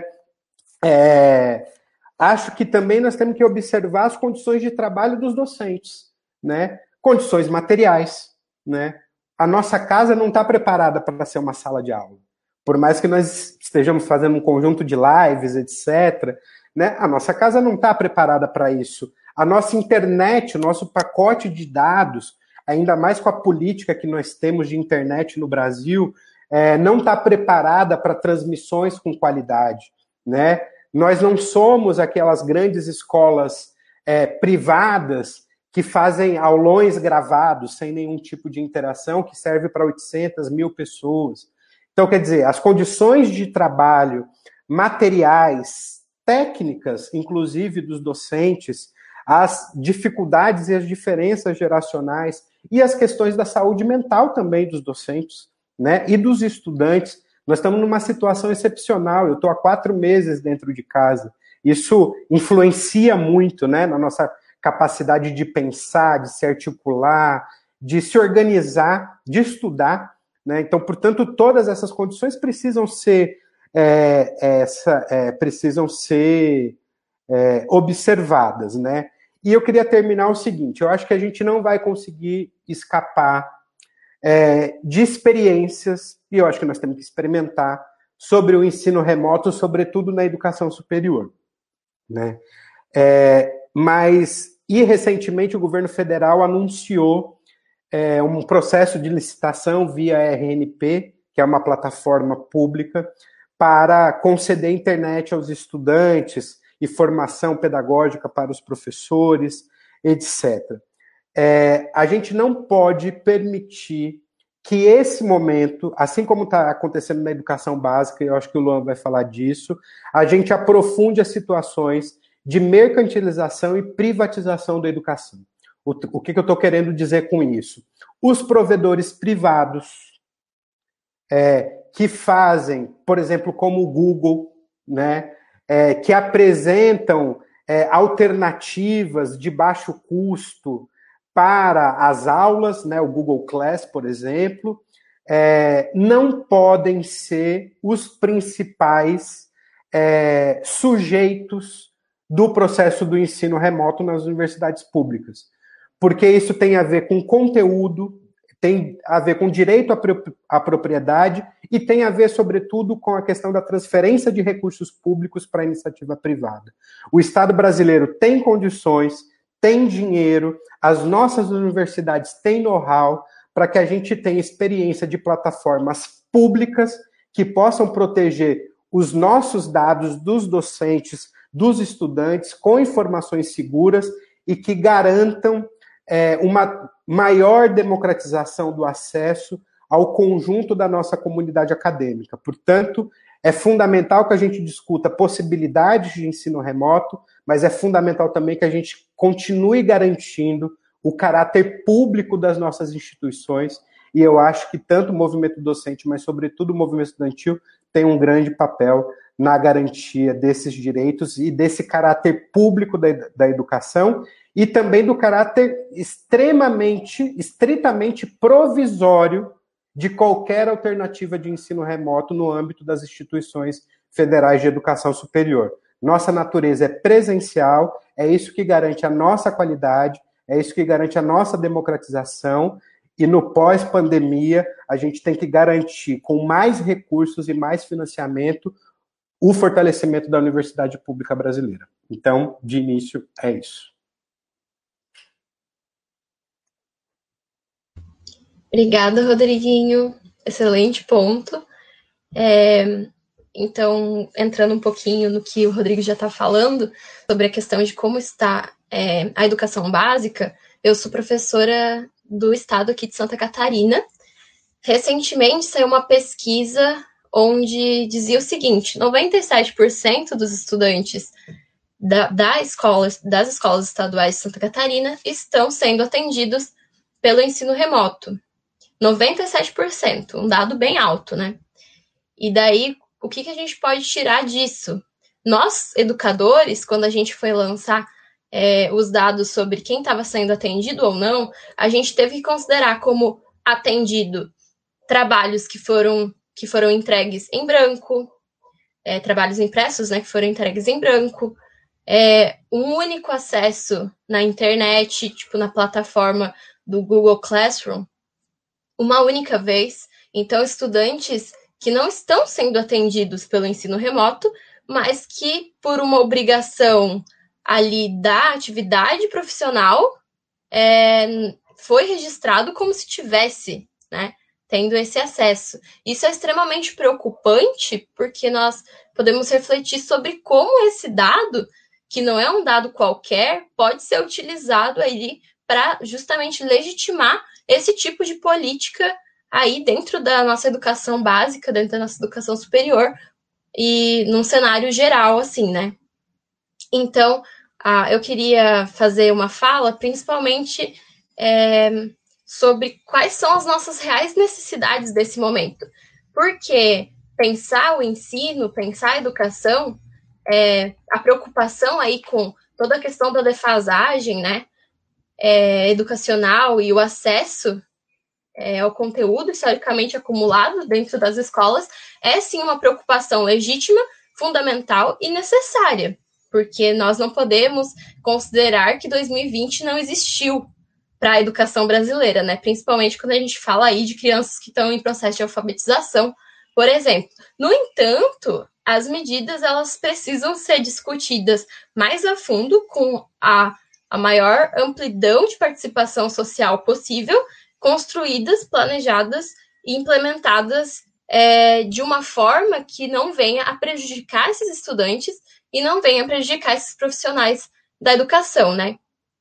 é, acho que também nós temos que observar as condições de trabalho dos docentes, né, condições materiais, né, a nossa casa não está preparada para ser uma sala de aula. Por mais que nós estejamos fazendo um conjunto de lives, etcétera, né, a nossa casa não está preparada para isso. A nossa internet, o nosso pacote de dados, ainda mais com a política que nós temos de internet no Brasil, é, não está preparada para transmissões com qualidade. né? Nós não somos aquelas grandes escolas é, privadas que fazem aulões gravados sem nenhum tipo de interação, que serve para oitocentas mil pessoas. Então, quer dizer, as condições de trabalho, materiais, técnicas, inclusive dos docentes, as dificuldades e as diferenças geracionais e as questões da saúde mental também dos docentes, né, e dos estudantes. Nós estamos numa situação excepcional. Eu estou há quatro meses dentro de casa. Isso influencia muito, né, na nossa capacidade de pensar, de se articular, de se organizar, de estudar, né? Então, portanto, todas essas condições precisam ser, é, essa, é, precisam ser é, observadas, né? E eu queria terminar o seguinte: eu acho que a gente não vai conseguir escapar é, de experiências, e eu acho que nós temos que experimentar, sobre o ensino remoto, sobretudo na educação superior, né? É, mas, e recentemente, o governo federal anunciou é, um processo de licitação via R N P, que é uma plataforma pública, para conceder internet aos estudantes e formação pedagógica para os professores, etcétera. É, a gente não pode permitir que esse momento, assim como está acontecendo na educação básica, e eu acho que o Luan vai falar disso, a gente aprofunde as situações de mercantilização e privatização da educação. O, o que, que eu estou querendo dizer com isso? Os provedores privados é, que fazem, por exemplo, como o Google, né, é, que apresentam é, alternativas de baixo custo para as aulas, né, o Google Class, por exemplo, é, não podem ser os principais é, sujeitos do processo do ensino remoto nas universidades públicas. Porque isso tem a ver com conteúdo, tem a ver com direito à propriedade e tem a ver, sobretudo, com a questão da transferência de recursos públicos para a iniciativa privada. O Estado brasileiro tem condições, tem dinheiro, as nossas universidades têm know-how para que a gente tenha experiência de plataformas públicas que possam proteger os nossos dados dos docentes, dos estudantes, com informações seguras e que garantam é, uma maior democratização do acesso ao conjunto da nossa comunidade acadêmica. Portanto, é fundamental que a gente discuta possibilidades de ensino remoto, mas é fundamental também que a gente continue garantindo o caráter público das nossas instituições, e eu acho que tanto o movimento docente, mas sobretudo o movimento estudantil, tem um grande papel na garantia desses direitos e desse caráter público da, da educação, e também do caráter extremamente, estritamente provisório de qualquer alternativa de ensino remoto no âmbito das instituições federais de educação superior. Nossa natureza é presencial, é isso que garante a nossa qualidade, é isso que garante a nossa democratização, e no pós-pandemia a gente tem que garantir, com mais recursos e mais financiamento, o fortalecimento da universidade pública brasileira. Então, de início, é isso. Obrigada, Rodriguinho. Excelente ponto. É, então, entrando um pouquinho no que o Rodrigo já está falando, sobre a questão de como está é, a educação básica, eu sou professora do estado aqui de Santa Catarina. Recentemente saiu uma pesquisa onde dizia o seguinte: noventa e sete por cento dos estudantes da, da escola, das escolas estaduais de Santa Catarina estão sendo atendidos pelo ensino remoto. noventa e sete por cento, um dado bem alto, né? E daí, o que, que a gente pode tirar disso? Nós, educadores, quando a gente foi lançar é, os dados sobre quem estava sendo atendido ou não, a gente teve que considerar como atendido trabalhos que foram, que foram entregues em branco, é, trabalhos impressos, né, que foram entregues em branco, é, um único acesso na internet, tipo na plataforma do Google Classroom, uma única vez. Então, estudantes que não estão sendo atendidos pelo ensino remoto, mas que, por uma obrigação ali da atividade profissional, é, foi registrado como se tivesse, né, tendo esse acesso. Isso é extremamente preocupante, porque nós podemos refletir sobre como esse dado, que não é um dado qualquer, pode ser utilizado aí para justamente legitimar esse tipo de política aí dentro da nossa educação básica, dentro da nossa educação superior, e num cenário geral, assim, né? Então, ah, eu queria fazer uma fala, principalmente é, sobre quais são as nossas reais necessidades desse momento. Porque pensar o ensino, pensar a educação, é, a preocupação aí com toda a questão da defasagem, né, é, educacional e o acesso é, ao conteúdo historicamente acumulado dentro das escolas é sim uma preocupação legítima, fundamental e necessária, porque nós não podemos considerar que dois mil e vinte não existiu para a educação brasileira, né? Principalmente quando a gente fala aí de crianças que estão em processo de alfabetização, por exemplo. No entanto, as medidas elas precisam ser discutidas mais a fundo com a, a maior amplidão de participação social possível, construídas, planejadas e implementadas é, de uma forma que não venha a prejudicar esses estudantes e não venha a prejudicar esses profissionais da educação, né?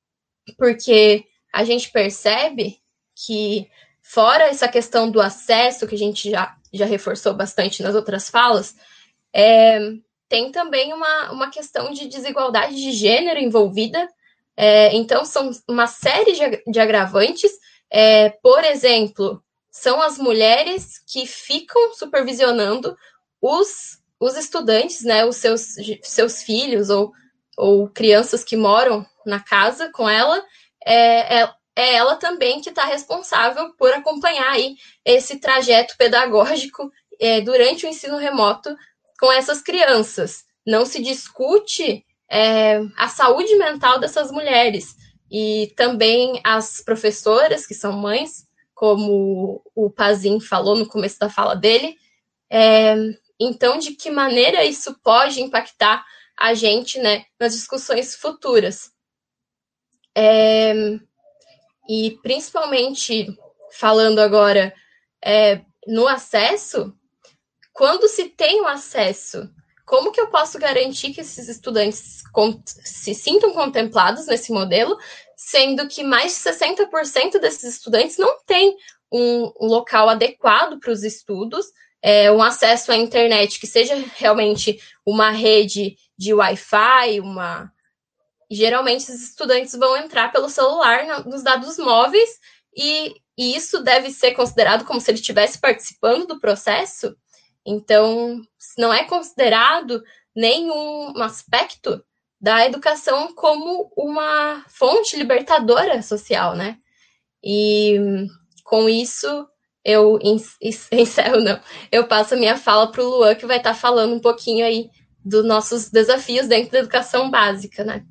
Porque a gente percebe que, fora essa questão do acesso, que a gente já, já reforçou bastante nas outras falas, é, tem também uma, uma questão de desigualdade de gênero envolvida. É, então, são uma série de, de agravantes. É, por exemplo, são as mulheres que ficam supervisionando os, os estudantes, né, os seus, seus filhos ou, ou crianças que moram na casa com ela. É, é, é ela também que está responsável por acompanhar aí esse trajeto pedagógico é, durante o ensino remoto com essas crianças. Não se discute é, a saúde mental dessas mulheres. E também as professoras, que são mães, como o Pazin falou no começo da fala dele. É, então, de que maneira isso pode impactar a gente, né, nas discussões futuras? É, e principalmente falando agora é, no acesso, quando se tem o acesso, como que eu posso garantir que esses estudantes se sintam contemplados nesse modelo, sendo que mais de sessenta por cento desses estudantes não têm um, um local adequado para os estudos, é, um acesso à internet que seja realmente uma rede de Wi-Fi, uma... Geralmente, esses estudantes vão entrar pelo celular nos dados móveis e, e isso deve ser considerado como se ele estivesse participando do processo. Então, não é considerado nenhum aspecto da educação como uma fonte libertadora social, né? E com isso, eu encerro, não. Eu passo a minha fala para o Luan, que vai estar falando um pouquinho aí dos nossos desafios dentro da educação básica, né?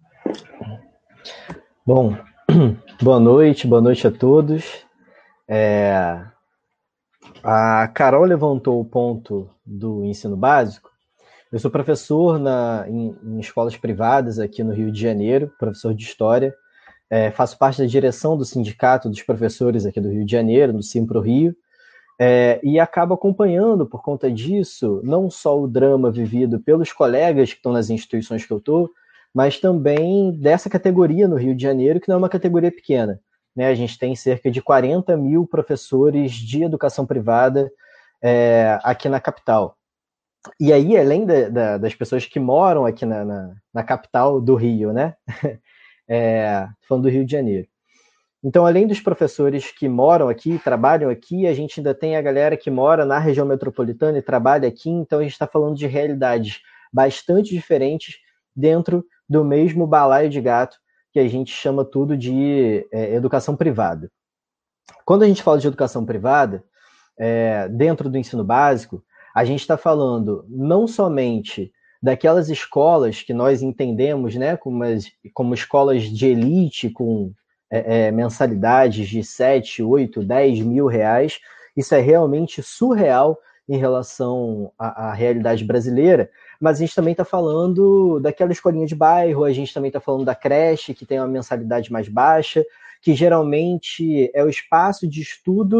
Bom, boa noite, boa noite a todos. É... A Carol levantou o ponto do ensino básico. Eu sou professor na, em, em escolas privadas aqui no Rio de Janeiro, professor de História. É, faço parte da direção do Sindicato dos Professores aqui do Rio de Janeiro, do Simpro Rio, é, e acabo acompanhando, por conta disso, não só o drama vivido pelos colegas que estão nas instituições que eu estou, mas também dessa categoria no Rio de Janeiro, que não é uma categoria pequena. Né, a gente tem cerca de quarenta mil professores de educação privada é, aqui na capital. E aí, além da, da, das pessoas que moram aqui na, na, na capital do Rio, né? É, falando do Rio de Janeiro. Então, além dos professores que moram aqui, trabalham aqui, a gente ainda tem a galera que mora na região metropolitana e trabalha aqui, então a gente está falando de realidades bastante diferentes dentro do mesmo balaio de gato que a gente chama tudo de é, educação privada. Quando a gente fala de educação privada, é, dentro do ensino básico, a gente está falando não somente daquelas escolas que nós entendemos, né, como, as, como escolas de elite, com é, é, mensalidades de sete, oito, dez mil reais. Isso é realmente surreal em relação à, à realidade brasileira, mas a gente também está falando daquela escolinha de bairro, a gente também está falando da creche, que tem uma mensalidade mais baixa, que geralmente é o espaço de estudo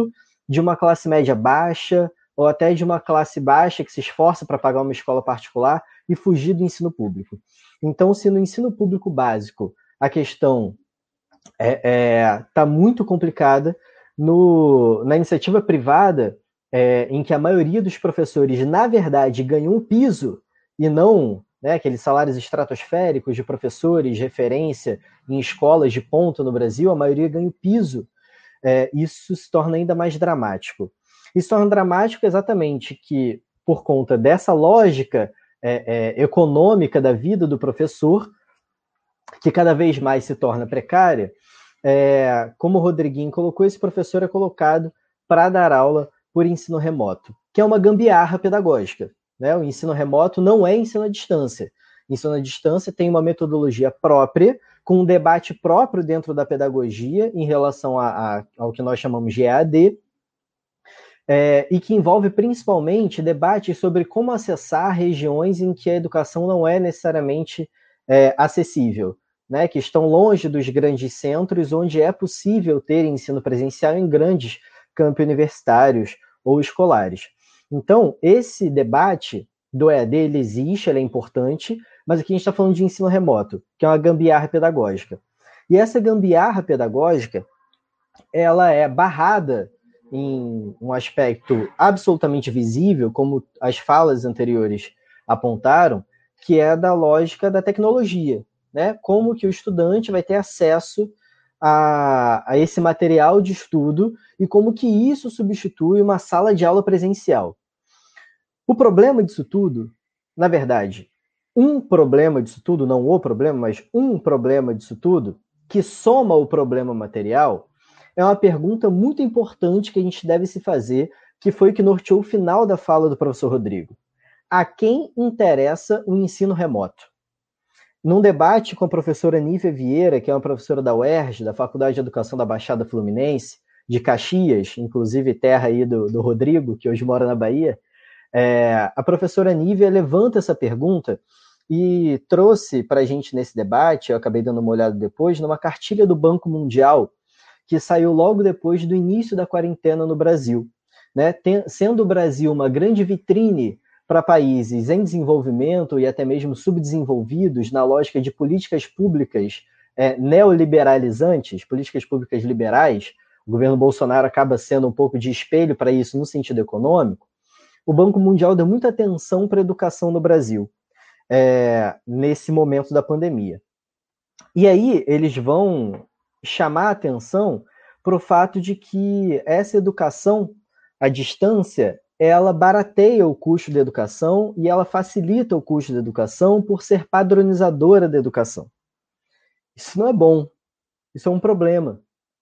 de uma classe média baixa ou até de uma classe baixa que se esforça para pagar uma escola particular e fugir do ensino público. Então, se no ensino público básico a questão está é, é, muito complicada, no, na iniciativa privada, é, em que a maioria dos professores, na verdade, ganham um piso e não, né, aqueles salários estratosféricos de professores, referência em escolas de ponta no Brasil, a maioria ganha o piso. É, isso se torna ainda mais dramático. Isso torna dramático exatamente que, por conta dessa lógica é, é, econômica da vida do professor, que cada vez mais se torna precária, é, como o Rodriguinho colocou, esse professor é colocado para dar aula por ensino remoto, que é uma gambiarra pedagógica. Né? O ensino remoto não é ensino à distância. Ensino à distância tem uma metodologia própria, com um debate próprio dentro da pedagogia em relação a, a, ao que nós chamamos de E A D, é, e que envolve principalmente debates sobre como acessar regiões em que a educação não é necessariamente é, acessível, né, que estão longe dos grandes centros, onde é possível ter ensino presencial em grandes campi universitários ou escolares. Então, esse debate do E A D, ele existe, ele é importante, mas aqui a gente está falando de ensino remoto, que é uma gambiarra pedagógica. E essa gambiarra pedagógica, ela é barrada em um aspecto absolutamente visível, como as falas anteriores apontaram, que é da lógica da tecnologia, né? Como que o estudante vai ter acesso a, a esse material de estudo e como que isso substitui uma sala de aula presencial. O problema disso tudo, na verdade, um problema disso tudo, não o problema, mas um problema disso tudo, que soma o problema material, é uma pergunta muito importante que a gente deve se fazer, que foi o que norteou o final da fala do professor Rodrigo. A quem interessa o ensino remoto? Num debate com a professora Nívia Vieira, que é uma professora da U E R J, da Faculdade de Educação da Baixada Fluminense, de Caxias, inclusive terra aí do, do Rodrigo, que hoje mora na Bahia, é, a professora Nívia levanta essa pergunta e trouxe para a gente nesse debate, eu acabei dando uma olhada depois, numa cartilha do Banco Mundial, que saiu logo depois do início da quarentena no Brasil. Né? Tem, sendo o Brasil uma grande vitrine para países em desenvolvimento e até mesmo subdesenvolvidos na lógica de políticas públicas é, neoliberalizantes, políticas públicas liberais, o governo Bolsonaro acaba sendo um pouco de espelho para isso no sentido econômico, o Banco Mundial deu muita atenção para a educação no Brasil, é, nesse momento da pandemia. E aí eles vão chamar a atenção para o fato de que essa educação à distância, ela barateia o custo da educação e ela facilita o custo da educação por ser padronizadora da educação. Isso não é bom, isso é um problema.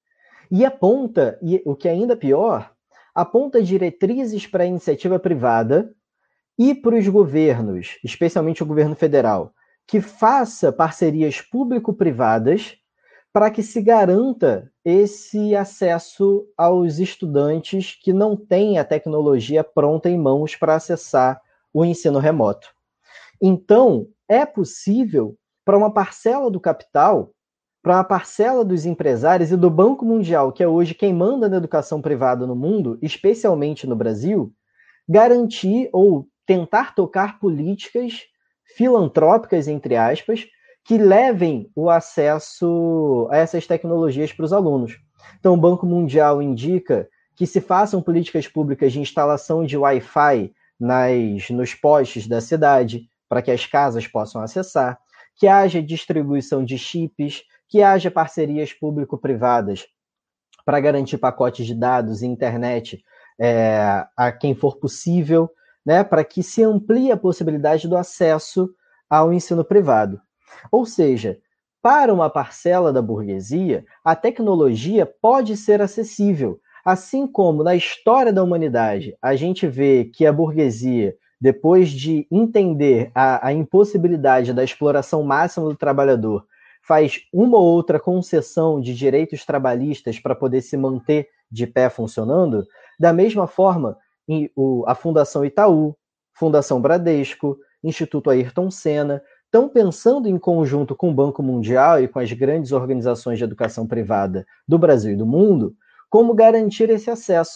E aponta, e o que é ainda pior, aponta diretrizes para a iniciativa privada e para os governos, especialmente o governo federal, que faça parcerias público-privadas para que se garanta esse acesso aos estudantes que não têm a tecnologia pronta em mãos para acessar o ensino remoto. Então, é possível para uma parcela do capital, para uma parcela dos empresários e do Banco Mundial, que é hoje quem manda na educação privada no mundo, especialmente no Brasil, garantir ou tentar tocar políticas filantrópicas, entre aspas, que levem o acesso a essas tecnologias para os alunos. Então, o Banco Mundial indica que se façam políticas públicas de instalação de Wi-Fi nas, nos postes da cidade, para que as casas possam acessar, que haja distribuição de chips, que haja parcerias público-privadas para garantir pacotes de dados e internet é, a quem for possível, né, para que se amplie a possibilidade do acesso ao ensino privado. Ou seja, para uma parcela da burguesia, a tecnologia pode ser acessível, assim como na história da humanidade a gente vê que a burguesia, depois de entender a, a impossibilidade da exploração máxima do trabalhador, faz uma ou outra concessão de direitos trabalhistas para poder se manter de pé funcionando, da mesma forma, a Fundação Itaú, Fundação Bradesco, Instituto Ayrton Senna, estão pensando em conjunto com o Banco Mundial e com as grandes organizações de educação privada do Brasil e do mundo, como garantir esse acesso.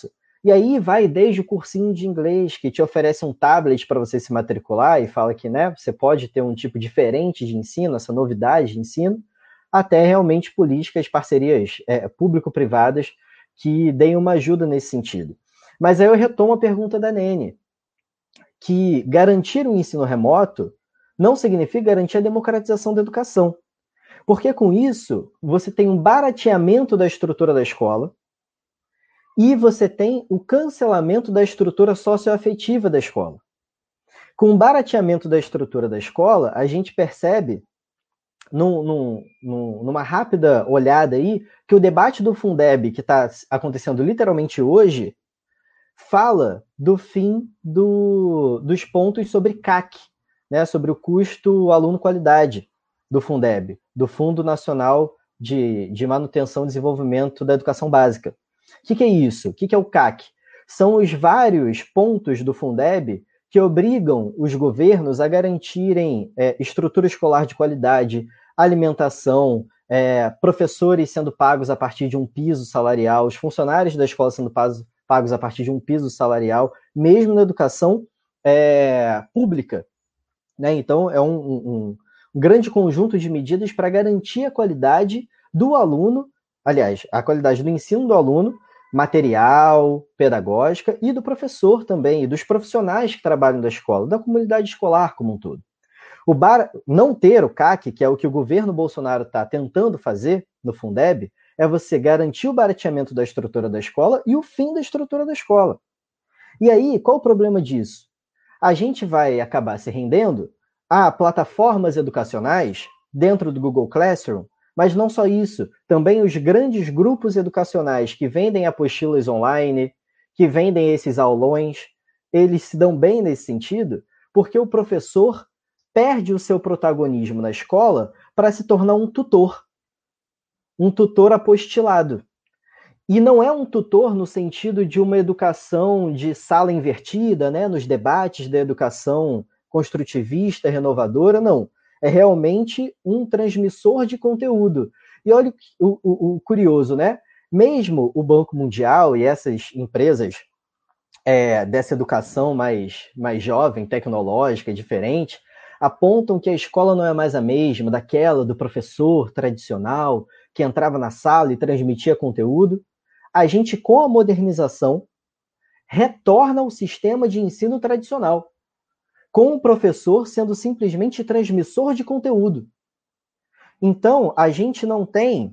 E aí vai desde o cursinho de inglês, que te oferece um tablet para você se matricular e fala que, né, você pode ter um tipo diferente de ensino, essa novidade de ensino, até realmente políticas, parcerias é, público-privadas que deem uma ajuda nesse sentido. Mas aí eu retomo a pergunta da Nene, que garantir um ensino remoto não significa garantir a democratização da educação. Porque com isso, você tem um barateamento da estrutura da escola e você tem o cancelamento da estrutura socioafetiva da escola. Com o barateamento da estrutura da escola, a gente percebe, num, num, num, numa rápida olhada aí, que o debate do Fundeb, que está acontecendo literalmente hoje, fala do fim do, dos pontos sobre C A C, né, sobre o custo aluno-qualidade do Fundeb, do Fundo Nacional de, de Manutenção e Desenvolvimento da Educação Básica. O que, que é isso? O que, que é o C A C? São os vários pontos do Fundeb que obrigam os governos a garantirem é, estrutura escolar de qualidade, alimentação, é, professores sendo pagos a partir de um piso salarial, os funcionários da escola sendo pagos, pagos a partir de um piso salarial, mesmo na educação é, pública. Né? Então, é um, um, um grande conjunto de medidas para garantir a qualidade do aluno, aliás, a qualidade do ensino do aluno, material, pedagógica, e do professor também, e dos profissionais que trabalham da escola, da comunidade escolar como um todo. O bar... Não ter o C A C, que é o que o governo Bolsonaro está tentando fazer no Fundeb, é você garantir o barateamento da estrutura da escola e o fim da estrutura da escola. E aí, qual o problema disso? A gente vai acabar se rendendo a plataformas educacionais dentro do Google Classroom, mas não só isso, também os grandes grupos educacionais que vendem apostilas online, que vendem esses aulões, eles se dão bem nesse sentido, porque o professor perde o seu protagonismo na escola para se tornar um tutor, um tutor apostilado. E não é um tutor no sentido de uma educação de sala invertida, né, nos debates da educação construtivista, renovadora, não. É realmente um transmissor de conteúdo. E olha o, o, o curioso, né? Mesmo o Banco Mundial e essas empresas é, dessa educação mais, mais jovem, tecnológica, diferente, apontam que a escola não é mais a mesma daquela do professor tradicional que entrava na sala e transmitia conteúdo. A gente, com a modernização, retorna ao sistema de ensino tradicional, com o professor sendo simplesmente transmissor de conteúdo. Então, a gente não tem...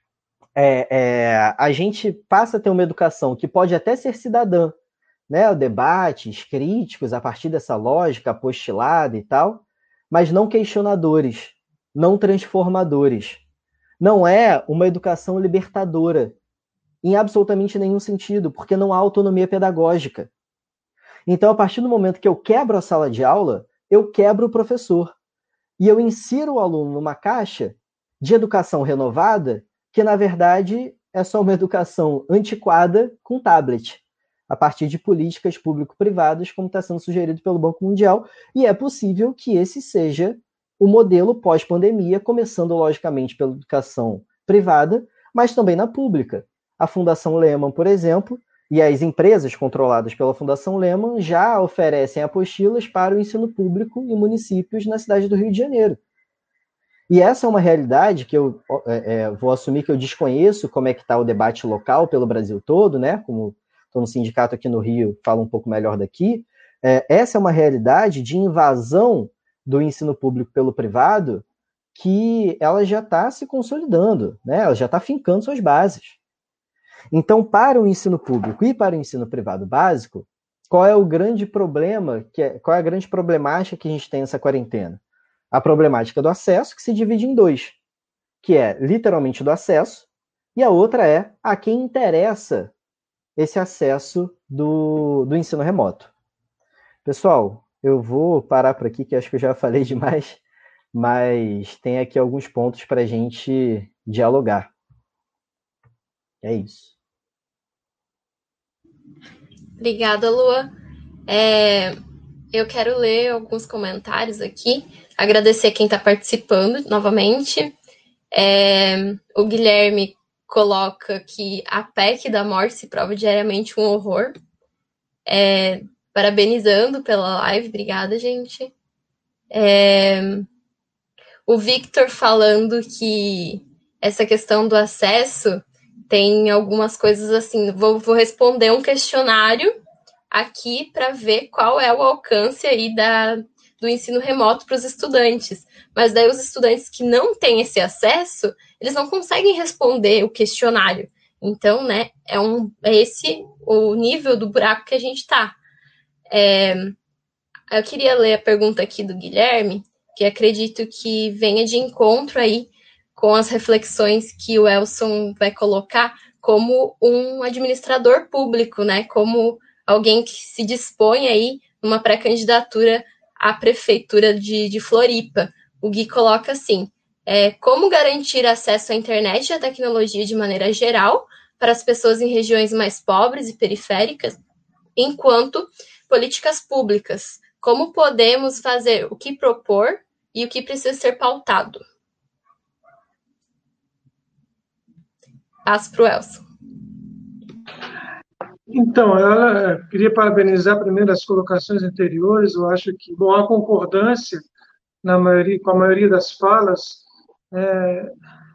É, é, a gente passa a ter uma educação que pode até ser cidadã, né? Debates críticos a partir dessa lógica apostilada e tal, mas não questionadores, não transformadores. Não é uma educação libertadora, em absolutamente nenhum sentido, porque não há autonomia pedagógica. Então, a partir do momento que eu quebro a sala de aula, eu quebro o professor. E eu insiro o aluno numa caixa de educação renovada, que, na verdade, é só uma educação antiquada com tablet, a partir de políticas público-privadas, como está sendo sugerido pelo Banco Mundial, e é possível que esse seja o modelo pós-pandemia, começando, logicamente, pela educação privada, mas também na pública. A Fundação Lehman, por exemplo, e as empresas controladas pela Fundação Lehman já oferecem apostilas para o ensino público em municípios na cidade do Rio de Janeiro. E essa é uma realidade que eu é, vou assumir que eu desconheço como é que está o debate local pelo Brasil todo, né? Como estou no sindicato aqui no Rio, falo um pouco melhor daqui. É, essa é uma realidade de invasão do ensino público pelo privado que ela já está se consolidando, né? Ela já está fincando suas bases. Então, para o ensino público e para o ensino privado básico, qual é o grande problema, que é, qual é a grande problemática que a gente tem nessa quarentena? A problemática do acesso, que se divide em dois, que é literalmente do acesso, e a outra é a quem interessa esse acesso do, do ensino remoto. Pessoal, eu vou parar por aqui, que acho que eu já falei demais, mas tem aqui alguns pontos para a gente dialogar. É isso. Obrigada, Lua. É, eu quero ler alguns comentários aqui, agradecer quem está participando novamente. É, o Guilherme coloca que a P E C da morte se prova diariamente um horror. é, parabenizando pela live. Obrigada, gente. É, o Victor falando que essa questão do acesso tem algumas coisas assim. Vou, vou responder um questionário aqui para ver qual é o alcance aí da, do ensino remoto para os estudantes. Mas daí os estudantes que não têm esse acesso, eles não conseguem responder o questionário. Então, né, é, um, é esse o nível do buraco que a gente está. É, eu queria ler a pergunta aqui do Guilherme, que acredito que venha de encontro aí com as reflexões que o Elson vai colocar como um administrador público, né? Como alguém que se dispõe aí numa pré-candidatura à prefeitura de, de Floripa. O Gui coloca assim, é, como garantir acesso à internet e à tecnologia de maneira geral para as pessoas em regiões mais pobres e periféricas, enquanto políticas públicas, como podemos fazer, o que propor e o que precisa ser pautado. Passo para o Elson. Então, eu queria parabenizar primeiro as colocações anteriores. Eu acho que bom, há concordância na maioria, com a maioria das falas, é,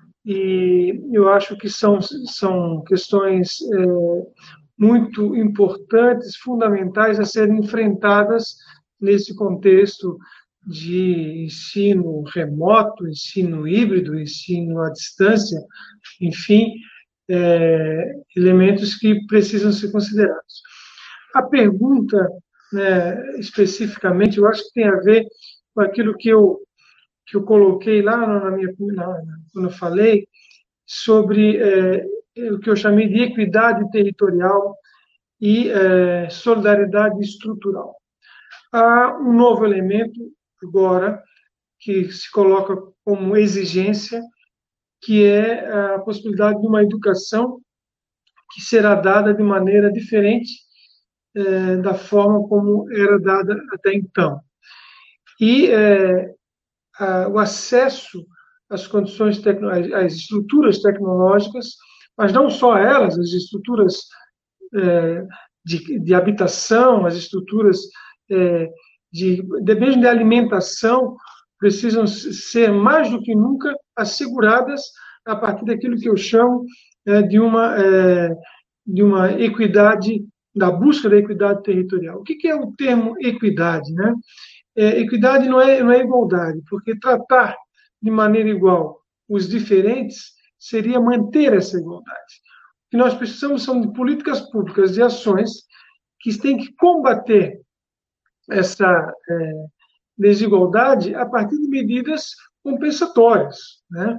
e eu acho que são, são questões é, muito importantes, fundamentais a serem enfrentadas nesse contexto de ensino remoto, ensino híbrido, ensino à distância, enfim, é, elementos que precisam ser considerados. A pergunta, né, especificamente, eu acho que tem a ver com aquilo que eu, que eu coloquei lá na minha, na, quando eu falei sobre é, o que eu chamei de equidade territorial e é, solidariedade estrutural. Há um novo elemento agora que se coloca como exigência, que é a possibilidade de uma educação que será dada de maneira diferente é, da forma como era dada até então. E é, a, o acesso às condições, tecno, às estruturas tecnológicas, mas não só elas, as estruturas é, de, de habitação, as estruturas é, de, de, mesmo de alimentação, precisam ser mais do que nunca asseguradas a partir daquilo que eu chamo é, de, uma, é, de uma equidade, da busca da equidade territorial. O que, que é o termo equidade, né? É, equidade não é, não é igualdade, porque tratar de maneira igual os diferentes seria manter essa igualdade. O que nós precisamos são de políticas públicas, de ações que têm que combater essa é, desigualdade a partir de medidas compensatórias, né?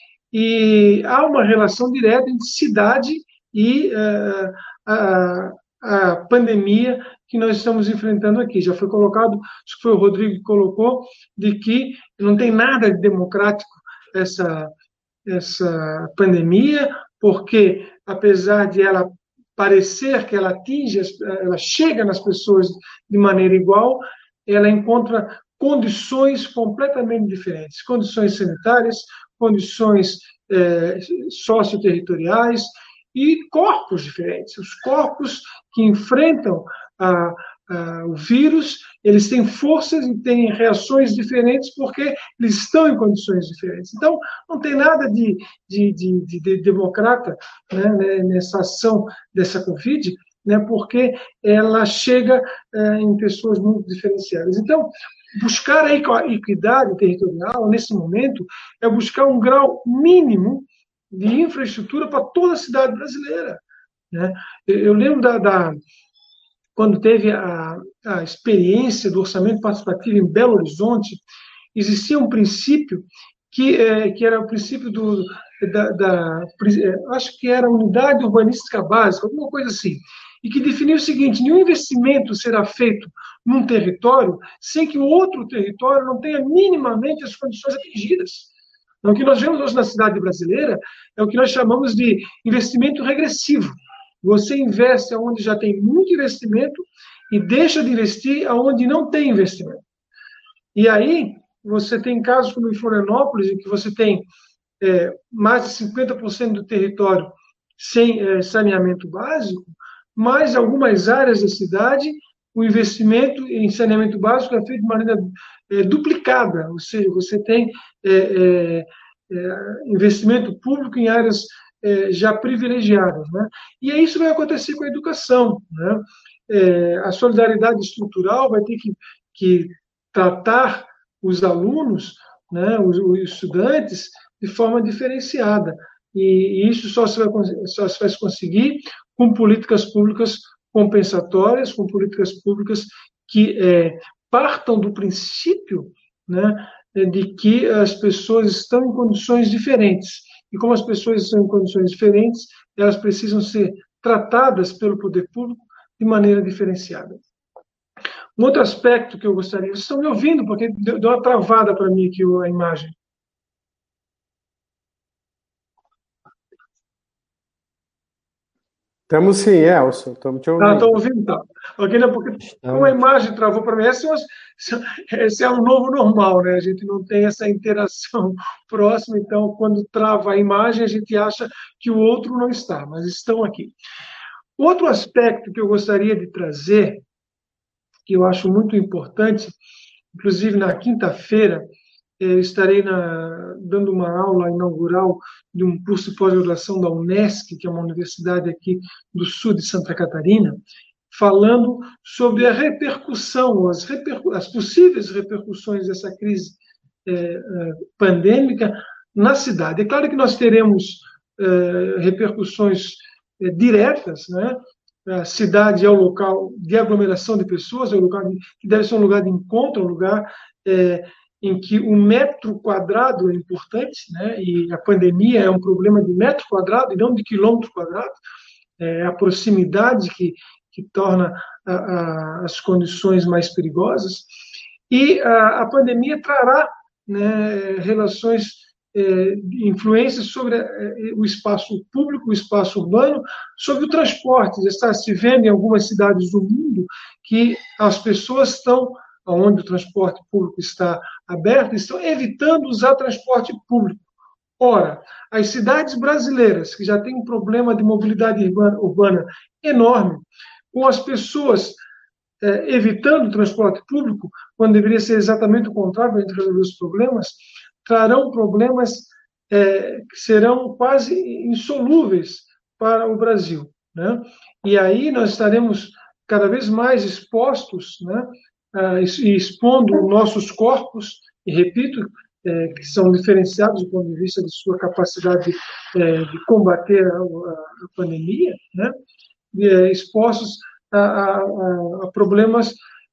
E há uma relação direta entre cidade e uh, a, a pandemia que nós estamos enfrentando aqui. Já foi colocado, acho que foi o Rodrigo que colocou, de que não tem nada de democrático essa, essa pandemia, porque, apesar de ela parecer que ela atinge, ela chega nas pessoas de maneira igual, ela encontra condições completamente diferentes, condições sanitárias, condições eh, socioterritoriais e corpos diferentes. Os corpos que enfrentam a, a, o vírus, eles têm forças e têm reações diferentes porque eles estão em condições diferentes. Então, não tem nada de, de, de, de, de democrata, né, nessa ação dessa Covid, né, porque ela chega eh, em pessoas muito diferenciadas. Então, buscar a equidade territorial, nesse momento, é buscar um grau mínimo de infraestrutura para toda a cidade brasileira, né? Eu lembro da, da quando teve a, a experiência do orçamento participativo em Belo Horizonte, existia um princípio que, é, que era o princípio do, da, da, acho que era a unidade urbanística básica, alguma coisa assim, e que definia o seguinte: nenhum investimento será feito num território sem que o outro território não tenha minimamente as condições atingidas. Então, o que nós vemos hoje na cidade brasileira é o que nós chamamos de investimento regressivo. Você investe onde já tem muito investimento e deixa de investir onde não tem investimento. E aí, você tem casos como em Florianópolis, em que você tem é, mais de cinquenta por cento do território sem é, saneamento básico, mas em algumas áreas da cidade o investimento em saneamento básico é feito de maneira é, duplicada, ou seja, você tem é, é, é, investimento público em áreas é, já privilegiadas, né? E aí isso vai acontecer com a educação, né? É, a solidariedade estrutural vai ter que, que tratar os alunos, né, os, os estudantes, de forma diferenciada. E, e isso só se, vai, só se vai conseguir com políticas públicas compensatórias, com políticas públicas que é, partam do princípio, né, de que as pessoas estão em condições diferentes. E como as pessoas estão em condições diferentes, elas precisam ser tratadas pelo poder público de maneira diferenciada. Um outro aspecto que eu gostaria... Vocês estão me ouvindo? Porque deu uma travada para mim aqui a imagem. Estamos sim, Elson. Estamos te ouvindo. Ah, estão ouvindo? Tá. Ok, né? Porque uma imagem travou para mim. Esse, esse é um novo normal, né? A gente não tem essa interação próxima, então, quando trava a imagem, a gente acha que o outro não está, mas estão aqui. Outro aspecto que eu gostaria de trazer, que eu acho muito importante, inclusive na quinta-feira, eu estarei na, dando uma aula inaugural de um curso de pós-graduação da Unesc, que é uma universidade aqui do sul de Santa Catarina, falando sobre a repercussão, as, repercu as possíveis repercussões dessa crise eh, pandêmica na cidade. É claro que nós teremos eh, repercussões eh, diretas, né? A cidade é o local de aglomeração de pessoas, é o lugar de, que deve ser um lugar de encontro, um lugar é, em que o metro quadrado é importante, né? E a pandemia é um problema de metro quadrado e não de quilômetro quadrado. É a proximidade que, que torna a, a, as condições mais perigosas. E a, a pandemia trará, né, relações... É, influências sobre é, o espaço público, o espaço urbano, sobre o transporte. Já está se vendo em algumas cidades do mundo que as pessoas estão, onde o transporte público está aberto, estão evitando usar transporte público. Ora, as cidades brasileiras, que já têm um problema de mobilidade urbana, urbana enorme, com as pessoas é, evitando o transporte público, quando deveria ser exatamente o contrário para a gente resolver os problemas, trarão problemas é, que serão quase insolúveis para o Brasil, né? E aí nós estaremos cada vez mais expostos, né, a, e expondo nossos corpos, e repito, é, que são diferenciados do ponto de vista de sua capacidade é, de combater a, a, a pandemia, né, é, expostos a, a, a problemas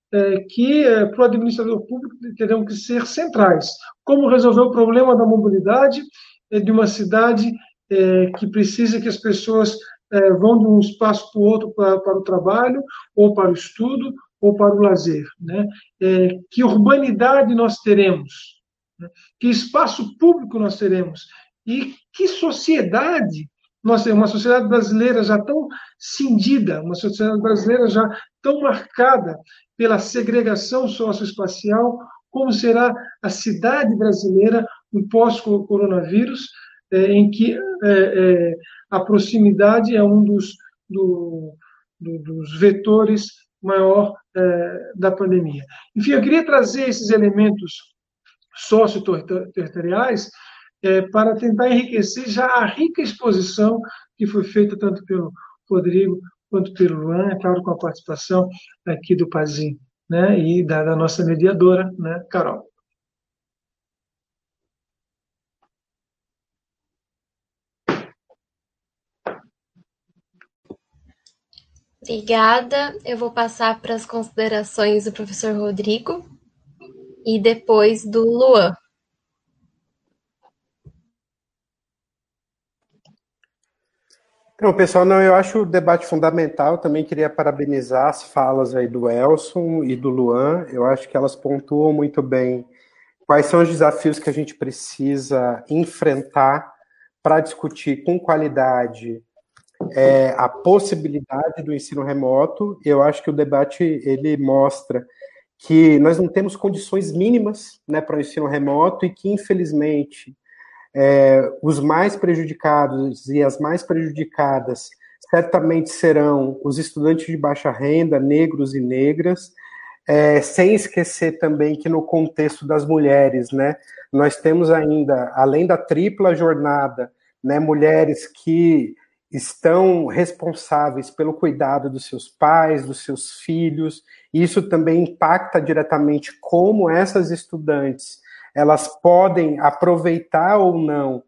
que, para o administrador público, terão que ser centrais. Como resolver o problema da mobilidade de uma cidade que precisa que as pessoas vão de um espaço para o outro para, para o trabalho, ou para o estudo, ou para o lazer, né? Que urbanidade nós teremos? Que espaço público nós teremos? E que sociedade nós temos? Uma sociedade brasileira já tão cindida, uma sociedade brasileira já tão marcada pela segregação socioespacial, como será a cidade brasileira no pós-coronavírus, em que a proximidade é um dos, do, do, dos vetores maior da pandemia. Enfim, eu queria trazer esses elementos socioterritoriais para tentar enriquecer já a rica exposição que foi feita tanto pelo Rodrigo quanto pelo Luan, é claro, com a participação aqui do Pazin, né, e da, da nossa mediadora, né, Carol. Obrigada. Eu vou passar para as considerações do professor Rodrigo e depois do Luan. Então, pessoal, não, eu acho o debate fundamental. Também queria parabenizar as falas aí do Elson e do Luan. Eu acho que elas pontuam muito bem quais são os desafios que a gente precisa enfrentar para discutir com qualidade é, a possibilidade do ensino remoto. Eu acho que o debate ele mostra que nós não temos condições mínimas, né, para o ensino remoto e que, infelizmente, É, os mais prejudicados e as mais prejudicadas certamente serão os estudantes de baixa renda, negros e negras, é, sem esquecer também que no contexto das mulheres, né, nós temos ainda, além da tripla jornada, né, mulheres que estão responsáveis pelo cuidado dos seus pais, dos seus filhos, e isso também impacta diretamente como essas estudantes elas podem aproveitar ou não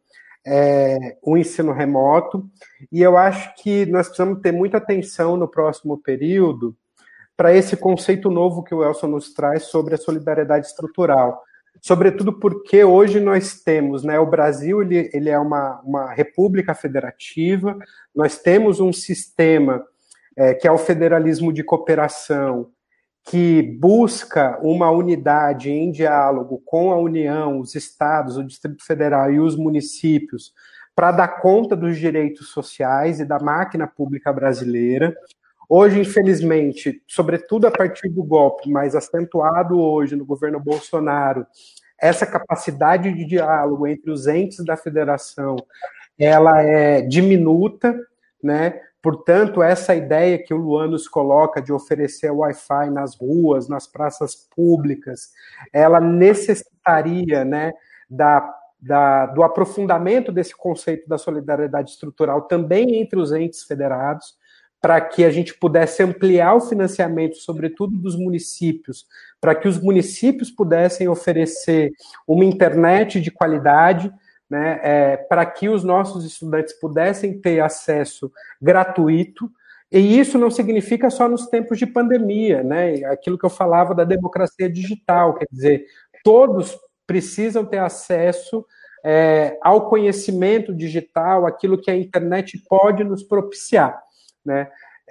é, o ensino remoto, e eu acho que nós precisamos ter muita atenção no próximo período para esse conceito novo que o Elson nos traz sobre a solidariedade estrutural, sobretudo porque hoje nós temos, né, o Brasil ele, ele é uma, uma república federativa, nós temos um sistema é, que é o federalismo de cooperação, que busca uma unidade em diálogo com a União, os estados, o Distrito Federal e os municípios, para dar conta dos direitos sociais e da máquina pública brasileira. Hoje, infelizmente, sobretudo a partir do golpe, mas acentuado hoje no governo Bolsonaro, essa capacidade de diálogo entre os entes da federação, ela é diminuta, né? Portanto, essa ideia que o Luan nos coloca de oferecer Wi-Fi nas ruas, nas praças públicas, ela necessitaria, né, da, da, do aprofundamento desse conceito da solidariedade estrutural também entre os entes federados, para que a gente pudesse ampliar o financiamento, sobretudo dos municípios, para que os municípios pudessem oferecer uma internet de qualidade, né, é, para que os nossos estudantes pudessem ter acesso gratuito, e isso não significa só nos tempos de pandemia, né, aquilo que eu falava da democracia digital, quer dizer, todos precisam ter acesso é, ao conhecimento digital, aquilo que a internet pode nos propiciar, né,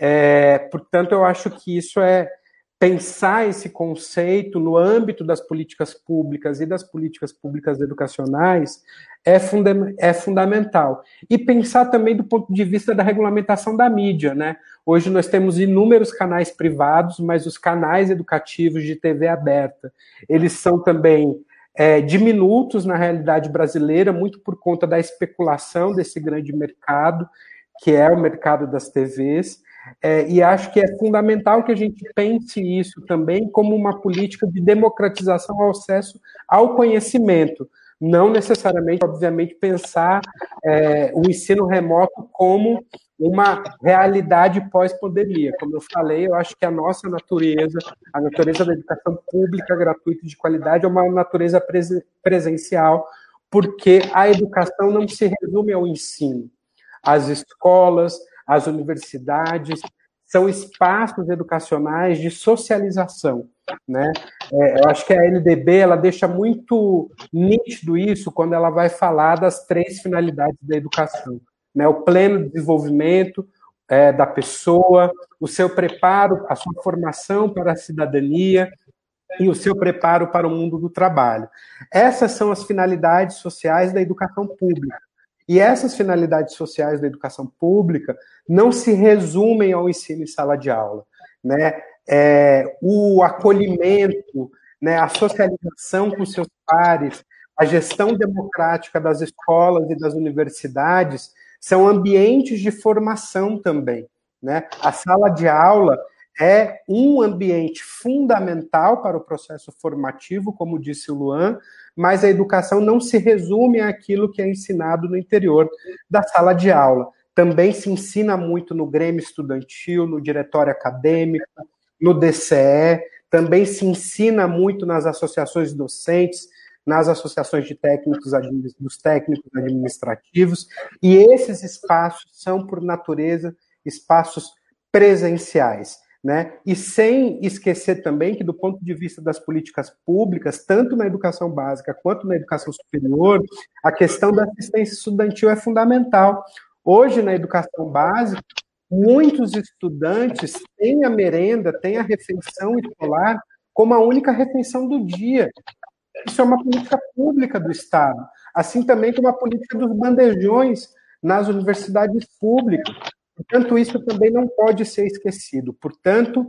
é, portanto, eu acho que isso é pensar esse conceito no âmbito das políticas públicas e das políticas públicas educacionais é, funda- é fundamental. E pensar também do ponto de vista da regulamentação da mídia, né? Hoje nós temos inúmeros canais privados, mas os canais educativos de T V aberta, eles são também é, diminutos na realidade brasileira, muito por conta da especulação desse grande mercado, que é o mercado das T Vs. É, e acho que é fundamental que a gente pense isso também como uma política de democratização ao acesso ao conhecimento, não necessariamente, obviamente, pensar é, o ensino remoto como uma realidade pós-pandemia. Como eu falei, eu acho que a nossa natureza, a natureza da educação pública, gratuita e de qualidade, é uma natureza presencial, porque a educação não se resume ao ensino. As escolas, as universidades são espaços educacionais de socialização, né? É, eu acho que a L D B ela deixa muito nítido isso quando ela vai falar das três finalidades da educação, né? O pleno desenvolvimento é, da pessoa, o seu preparo, a sua formação para a cidadania e o seu preparo para o mundo do trabalho. Essas são as finalidades sociais da educação pública. E essas finalidades sociais da educação pública não se resumem ao ensino em sala de aula, né? É, o acolhimento, né, a socialização com seus pares, a gestão democrática das escolas e das universidades são ambientes de formação também, né? A sala de aula é um ambiente fundamental para o processo formativo, como disse o Luan, mas a educação não se resume àquilo que é ensinado no interior da sala de aula. Também se ensina muito no Grêmio Estudantil, no Diretório Acadêmico, no D C E, também se ensina muito nas associações docentes, nas associações de técnicos, dos técnicos administrativos, e esses espaços são, por natureza, espaços presenciais, né? E sem esquecer também que, do ponto de vista das políticas públicas, tanto na educação básica quanto na educação superior, a questão da assistência estudantil é fundamental. Hoje, na educação básica, muitos estudantes têm a merenda, têm a refeição escolar como a única refeição do dia. Isso é uma política pública do Estado, assim também como a política dos bandejões nas universidades públicas. Portanto, isso também não pode ser esquecido. Portanto,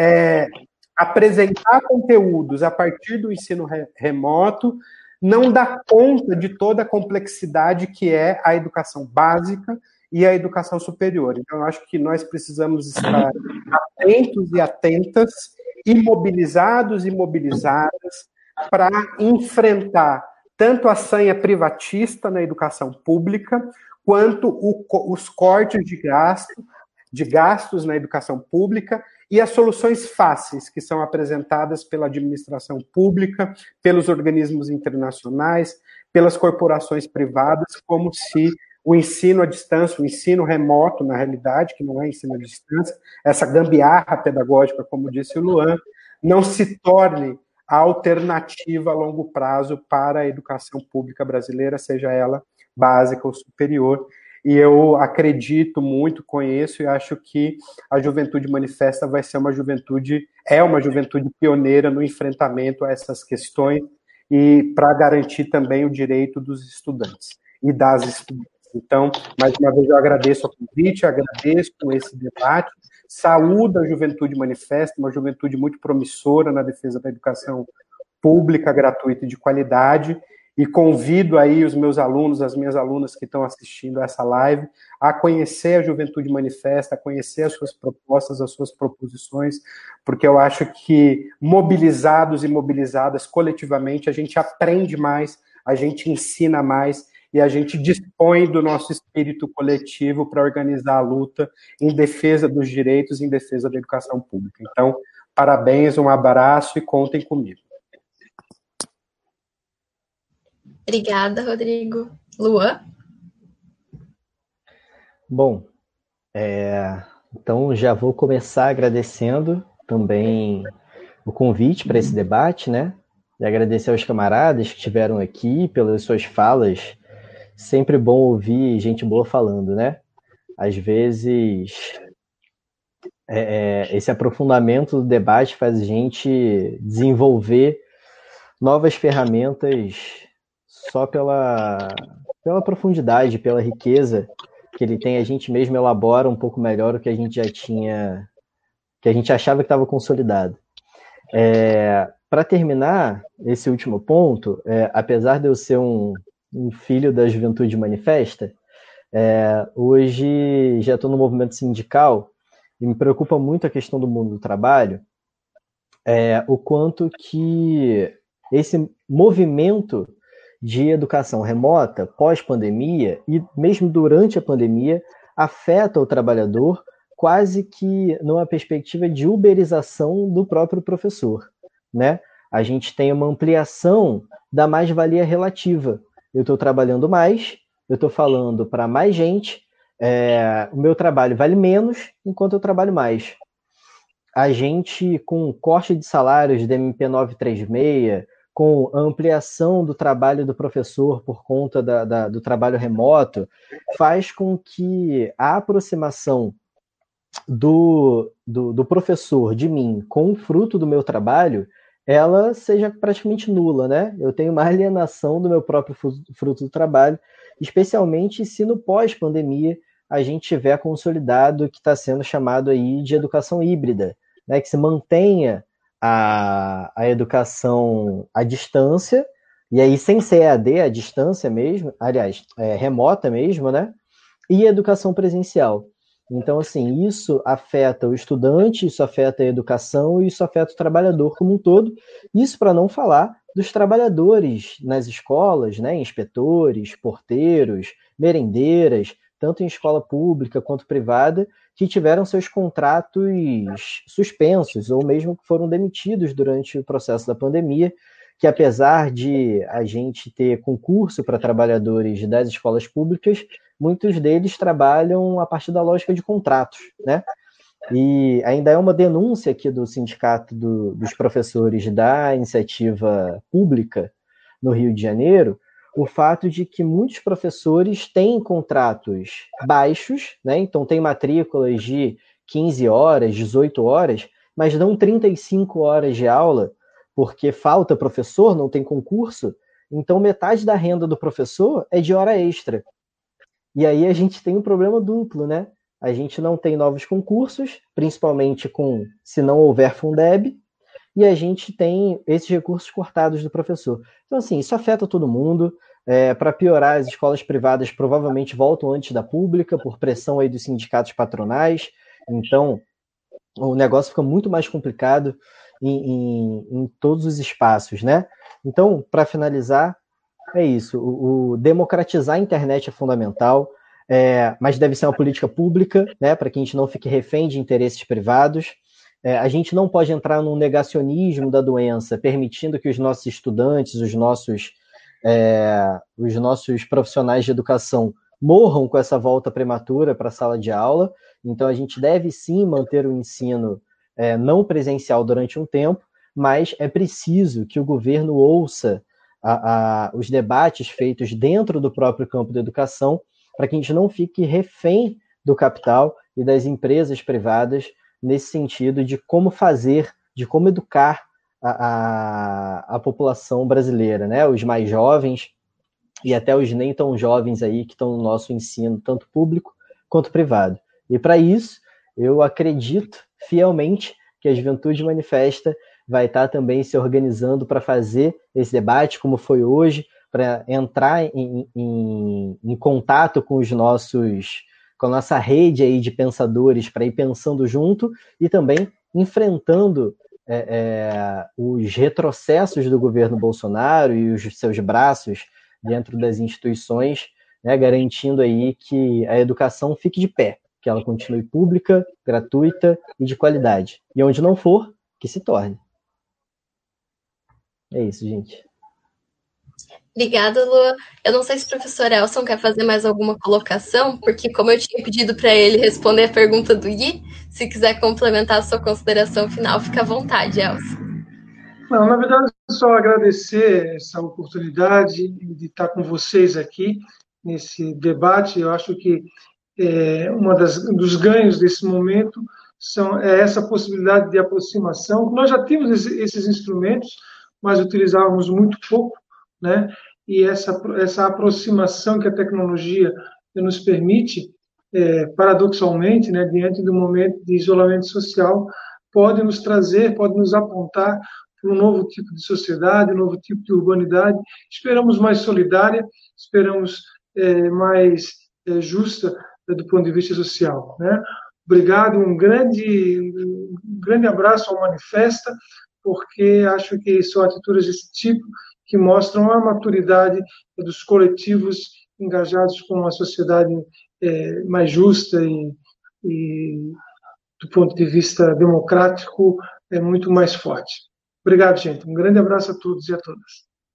é, apresentar conteúdos a partir do ensino re- remoto não dá conta de toda a complexidade que é a educação básica e a educação superior. Então, eu acho que nós precisamos estar atentos e atentas, imobilizados e mobilizadas para enfrentar tanto a sanha privatista na educação pública, quanto o, os cortes de, gasto, de gastos na educação pública e as soluções fáceis que são apresentadas pela administração pública, pelos organismos internacionais, pelas corporações privadas, como se o ensino à distância, o ensino remoto, na realidade, que não é ensino à distância, essa gambiarra pedagógica, como disse o Luan, não se torne a alternativa a longo prazo para a educação pública brasileira, seja ela básica ou superior. E eu acredito muito, conheço e acho que a Juventude Manifesta vai ser uma juventude, é uma juventude pioneira no enfrentamento a essas questões e para garantir também o direito dos estudantes e das estudantes. Então, mais uma vez, eu agradeço o convite, agradeço esse debate, saúdo a Juventude Manifesta, uma juventude muito promissora na defesa da educação pública, gratuita e de qualidade, e convido aí os meus alunos, as minhas alunas que estão assistindo a essa live, a conhecer a Juventude Manifesta, a conhecer as suas propostas, as suas proposições, porque eu acho que mobilizados e mobilizadas coletivamente, a gente aprende mais, a gente ensina mais, e a gente dispõe do nosso espírito coletivo para organizar a luta em defesa dos direitos, em defesa da educação pública. Então, parabéns, um abraço e contem comigo. Obrigada, Rodrigo. Luan? Bom, é, então já vou começar agradecendo também o convite para esse debate, né? E agradecer aos camaradas que estiveram aqui pelas suas falas. Sempre bom ouvir gente boa falando, né? Às vezes, é, esse aprofundamento do debate faz a gente desenvolver novas ferramentas só pela, pela profundidade, pela riqueza que ele tem. A gente mesmo elabora um pouco melhor o que a gente já tinha, que a gente achava que estava consolidado. É, para terminar esse último ponto, é, apesar de eu ser um um filho da Juventude Manifesta, é, hoje já estou no movimento sindical e me preocupa muito a questão do mundo do trabalho, é, o quanto que esse movimento de educação remota, pós-pandemia, e mesmo durante a pandemia, afeta o trabalhador quase que numa perspectiva de uberização do próprio professor, né? A gente tem uma ampliação da mais-valia relativa. Eu estou trabalhando mais, eu estou falando para mais gente, é, o meu trabalho vale menos enquanto eu trabalho mais. A gente, com corte de salários da M P novecentos e trinta e seis, com a ampliação do trabalho do professor por conta da, da, do trabalho remoto, faz com que a aproximação do, do, do professor de mim com o fruto do meu trabalho ela seja praticamente nula, né? Eu tenho uma alienação do meu próprio fruto do trabalho, especialmente se no pós-pandemia a gente tiver consolidado o que está sendo chamado aí de educação híbrida, né? Que se mantenha a, a educação à distância, e aí sem ser E A D, à distância mesmo, aliás, é, remota mesmo, né? E a educação presencial. Então, assim, isso afeta o estudante, isso afeta a educação e isso afeta o trabalhador como um todo. Isso para não falar dos trabalhadores nas escolas, né, inspetores, porteiros, merendeiras, tanto em escola pública quanto privada, que tiveram seus contratos suspensos ou mesmo que foram demitidos durante o processo da pandemia, que apesar de a gente ter concurso para trabalhadores das escolas públicas, muitos deles trabalham a partir da lógica de contratos, né? E ainda é uma denúncia aqui do Sindicato do, dos Professores da Iniciativa Pública no Rio de Janeiro, o fato de que muitos professores têm contratos baixos, né? Então tem matrículas de quinze horas, dezoito horas, mas dão trinta e cinco horas de aula, porque falta professor, não tem concurso, então metade da renda do professor é de hora extra. E aí a gente tem um problema duplo, né? A gente não tem novos concursos, principalmente com se não houver Fundeb, e a gente tem esses recursos cortados do professor. Então, assim, isso afeta todo mundo. É, para piorar, as escolas privadas provavelmente voltam antes da pública, por pressão aí dos sindicatos patronais. Então, o negócio fica muito mais complicado em, em, em todos os espaços, né? Então, para finalizar, é isso. O, o democratizar a internet é fundamental, é, mas deve ser uma política pública, né, para que a gente não fique refém de interesses privados. É, a gente não pode entrar num negacionismo da doença, permitindo que os nossos estudantes, os nossos, é, os nossos profissionais de educação morram com essa volta prematura para a sala de aula. Então, a gente deve sim manter o ensino é, não presencial durante um tempo, mas é preciso que o governo ouça a, a, os debates feitos dentro do próprio campo da educação, para que a gente não fique refém do capital e das empresas privadas nesse sentido de como fazer, de como educar a, a, a população brasileira, né? Os mais jovens e até os nem tão jovens aí que estão no nosso ensino, tanto público quanto privado. E para isso, eu acredito fielmente que a Juventude Manifesta vai estar também se organizando para fazer esse debate, como foi hoje, para entrar em, em, em contato com os nossos, com a nossa rede aí de pensadores, para ir pensando junto e também enfrentando é, é, os retrocessos do governo Bolsonaro e os seus braços dentro das instituições, né, garantindo aí que a educação fique de pé, que ela continue pública, gratuita e de qualidade. E onde não for, que se torne. É isso, gente. Obrigada, Lua. Eu não sei se o professor Elson quer fazer mais alguma colocação, porque como eu tinha pedido para ele responder a pergunta do Gui, se quiser complementar a sua consideração final, fica à vontade, Elson. Não, na verdade, só agradecer essa oportunidade de estar com vocês aqui nesse debate. Eu acho que é, uma das dos ganhos desse momento são é essa possibilidade de aproximação. Nós já tínhamos esse, esses instrumentos, mas utilizávamos muito pouco, né? E essa essa aproximação que a tecnologia nos permite, é, paradoxalmente, né, diante do momento de isolamento social, pode nos trazer, pode nos apontar para um novo tipo de sociedade, um novo tipo de urbanidade. Esperamos mais solidária, esperamos é, mais é, justa é, do ponto de vista social, né? Obrigado, um grande, um grande abraço ao Manifesta, porque acho que são atitudes desse tipo que mostram a maturidade dos coletivos engajados com uma sociedade é, mais justa e, e, do ponto de vista democrático, é muito mais forte. Obrigado, gente. Um grande abraço a todos e a todas.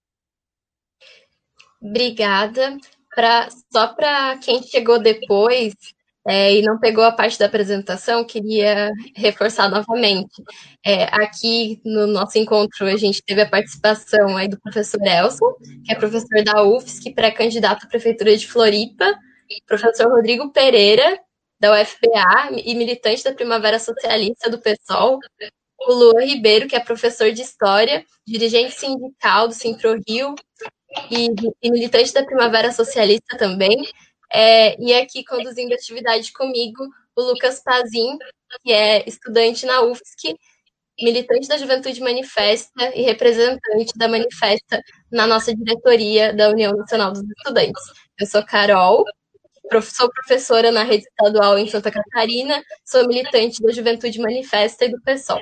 Obrigada. Pra, só para quem chegou depois é, e não pegou a parte da apresentação, queria reforçar novamente. É, aqui no nosso encontro, a gente teve a participação aí do professor Elson, que é professor da U F S C, pré-candidato à Prefeitura de Floripa, professor Rodrigo Pereira, da U F P A e militante da Primavera Socialista do PSOL, o Luan Ribeiro, que é professor de História, dirigente sindical do Sinpro-Rio e, e militante da Primavera Socialista também. É, e aqui conduzindo a atividade comigo, o Lucas Pazin, que é estudante na U F S C, militante da Juventude Manifesta e representante da Manifesta na nossa diretoria da União Nacional dos Estudantes. Eu sou Carol, sou professora na rede estadual em Santa Catarina, sou militante da Juventude Manifesta e do PSOL.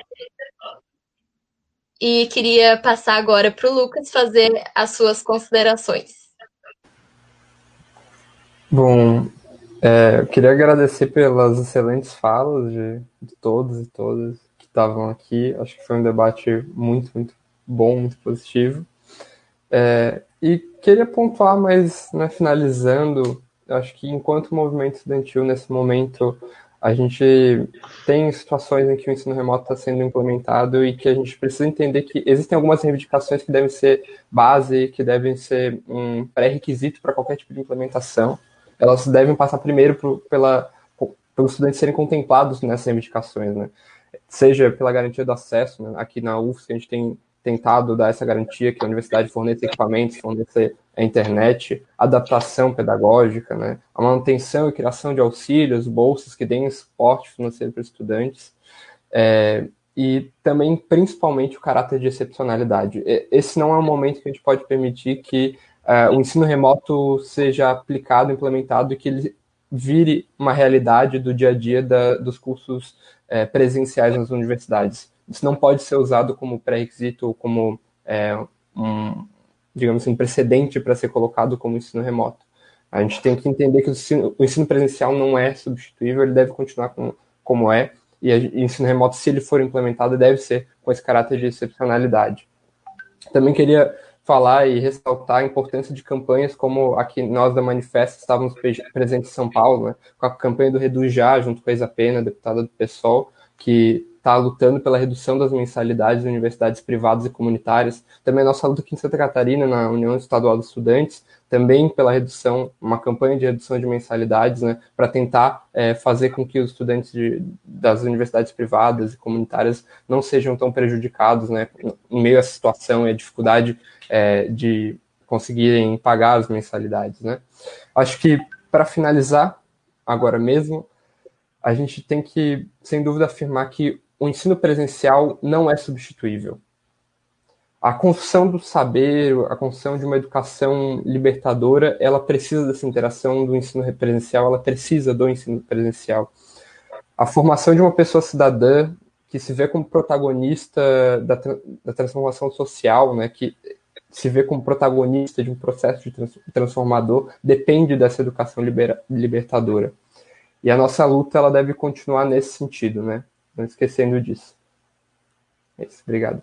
E queria passar agora para o Lucas fazer as suas considerações. Bom, é, eu queria agradecer pelas excelentes falas de, de todos e todas que estavam aqui. Acho que foi um debate muito, muito bom, muito positivo. É, e queria pontuar, mas né, finalizando, eu acho que enquanto movimento estudantil, nesse momento, a gente tem situações em que o ensino remoto está sendo implementado e que a gente precisa entender que existem algumas reivindicações que devem ser base, que devem ser um pré-requisito para qualquer tipo de implementação. Elas devem passar primeiro por, pela, pelos estudantes serem contemplados nessas reivindicações, né? Seja pela garantia do acesso, né? Aqui na U F S C a gente tem tentado dar essa garantia, que a universidade forneça equipamentos, fornecer a internet, adaptação pedagógica, né? A manutenção e criação de auxílios, bolsas que deem suporte financeiro para estudantes, é, e também, principalmente, o caráter de excepcionalidade. Esse não é um momento que a gente pode permitir que uh, o ensino remoto seja aplicado, implementado e que ele vire uma realidade do dia a dia da, dos cursos uh, presenciais nas universidades. Isso não pode ser usado como pré-requisito ou como uh, um, digamos assim, precedente para ser colocado como ensino remoto. A gente tem que entender que o ensino, o ensino presencial não é substituível, ele deve continuar com, como é, e o ensino remoto, se ele for implementado, deve ser com esse caráter de excepcionalidade. Também queria falar e ressaltar a importância de campanhas como a que nós da Manifesta estávamos presentes em São Paulo, né, com a campanha do Reduz Já, junto com a Isa Pena, deputada do PSOL, que está lutando pela redução das mensalidades de universidades privadas e comunitárias. Também a nossa luta aqui em Santa Catarina, na União Estadual dos Estudantes, também pela redução, uma campanha de redução de mensalidades, né, para tentar é, fazer com que os estudantes de, das universidades privadas e comunitárias não sejam tão prejudicados, né, em meio à situação e à dificuldade é, de conseguirem pagar as mensalidades, né. Acho que, para finalizar, agora mesmo, a gente tem que, sem dúvida, afirmar que o ensino presencial não é substituível. A construção do saber, a construção de uma educação libertadora, ela precisa dessa interação do ensino presencial, ela precisa do ensino presencial. A formação de uma pessoa cidadã que se vê como protagonista da, da transformação social, né, que se vê como protagonista de um processo de trans, transformador, depende dessa educação libera, libertadora. E a nossa luta ela deve continuar nesse sentido, né? Não esquecendo disso. É isso, obrigado.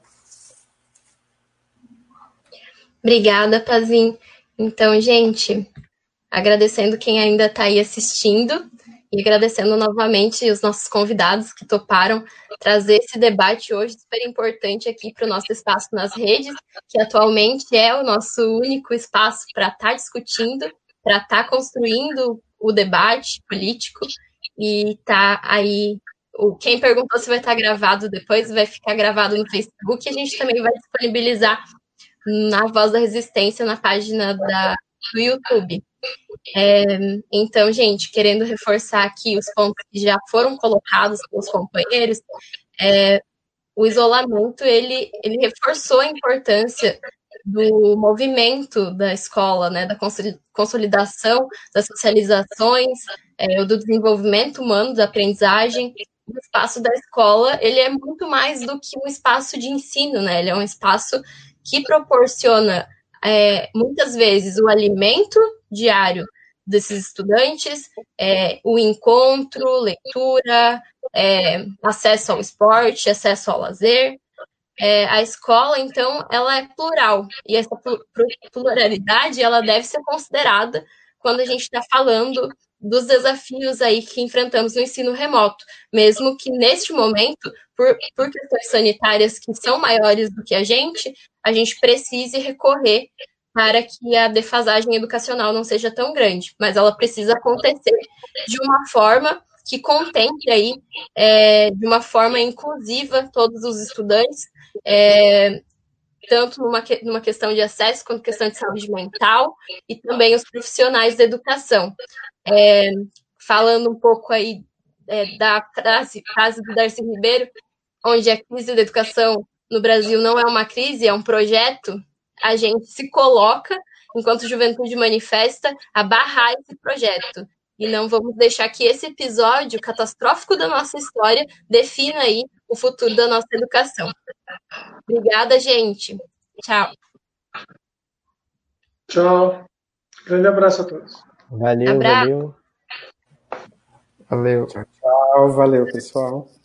Obrigada, Pazin. Então, gente, agradecendo quem ainda está aí assistindo e agradecendo novamente os nossos convidados que toparam trazer esse debate hoje super importante aqui para o nosso espaço nas redes, que atualmente é o nosso único espaço para estar tá discutindo, para estar tá construindo o debate político e tá aí. Quem perguntou se vai estar tá gravado depois, vai ficar gravado no Facebook e a gente também vai disponibilizar na Voz da Resistência, na página da, do YouTube. É, então, gente, querendo reforçar aqui os pontos que já foram colocados pelos companheiros, é, o isolamento, ele, ele reforçou a importância do movimento da escola, né, da consolidação das socializações, é, do desenvolvimento humano, da aprendizagem. O espaço da escola, ele é muito mais do que um espaço de ensino, né, ele é um espaço que proporciona, é, muitas vezes, o alimento diário desses estudantes, é, o encontro, leitura, é, acesso ao esporte, acesso ao lazer. É, a escola, então, ela é plural, e essa pluralidade, ela deve ser considerada quando a gente está falando dos desafios aí que enfrentamos no ensino remoto, mesmo que neste momento, por, por questões sanitárias que são maiores do que a gente, a gente precise recorrer para que a defasagem educacional não seja tão grande, mas ela precisa acontecer de uma forma que contemple aí, é, de uma forma inclusiva, todos os estudantes, é, tanto numa, numa questão de acesso quanto questão de saúde mental e também os profissionais da educação. É, falando um pouco aí é, da frase, frase do Darcy Ribeiro, onde a crise da educação no Brasil não é uma crise, é um projeto, a gente se coloca, enquanto Juventude Manifesta, a barrar esse projeto. E não vamos deixar que esse episódio catastrófico da nossa história defina aí o futuro da nossa educação. Obrigada, gente. Tchau. Tchau. Grande abraço a todos. Valeu, Abraço. valeu. Valeu. Tchau, tchau. Valeu, pessoal.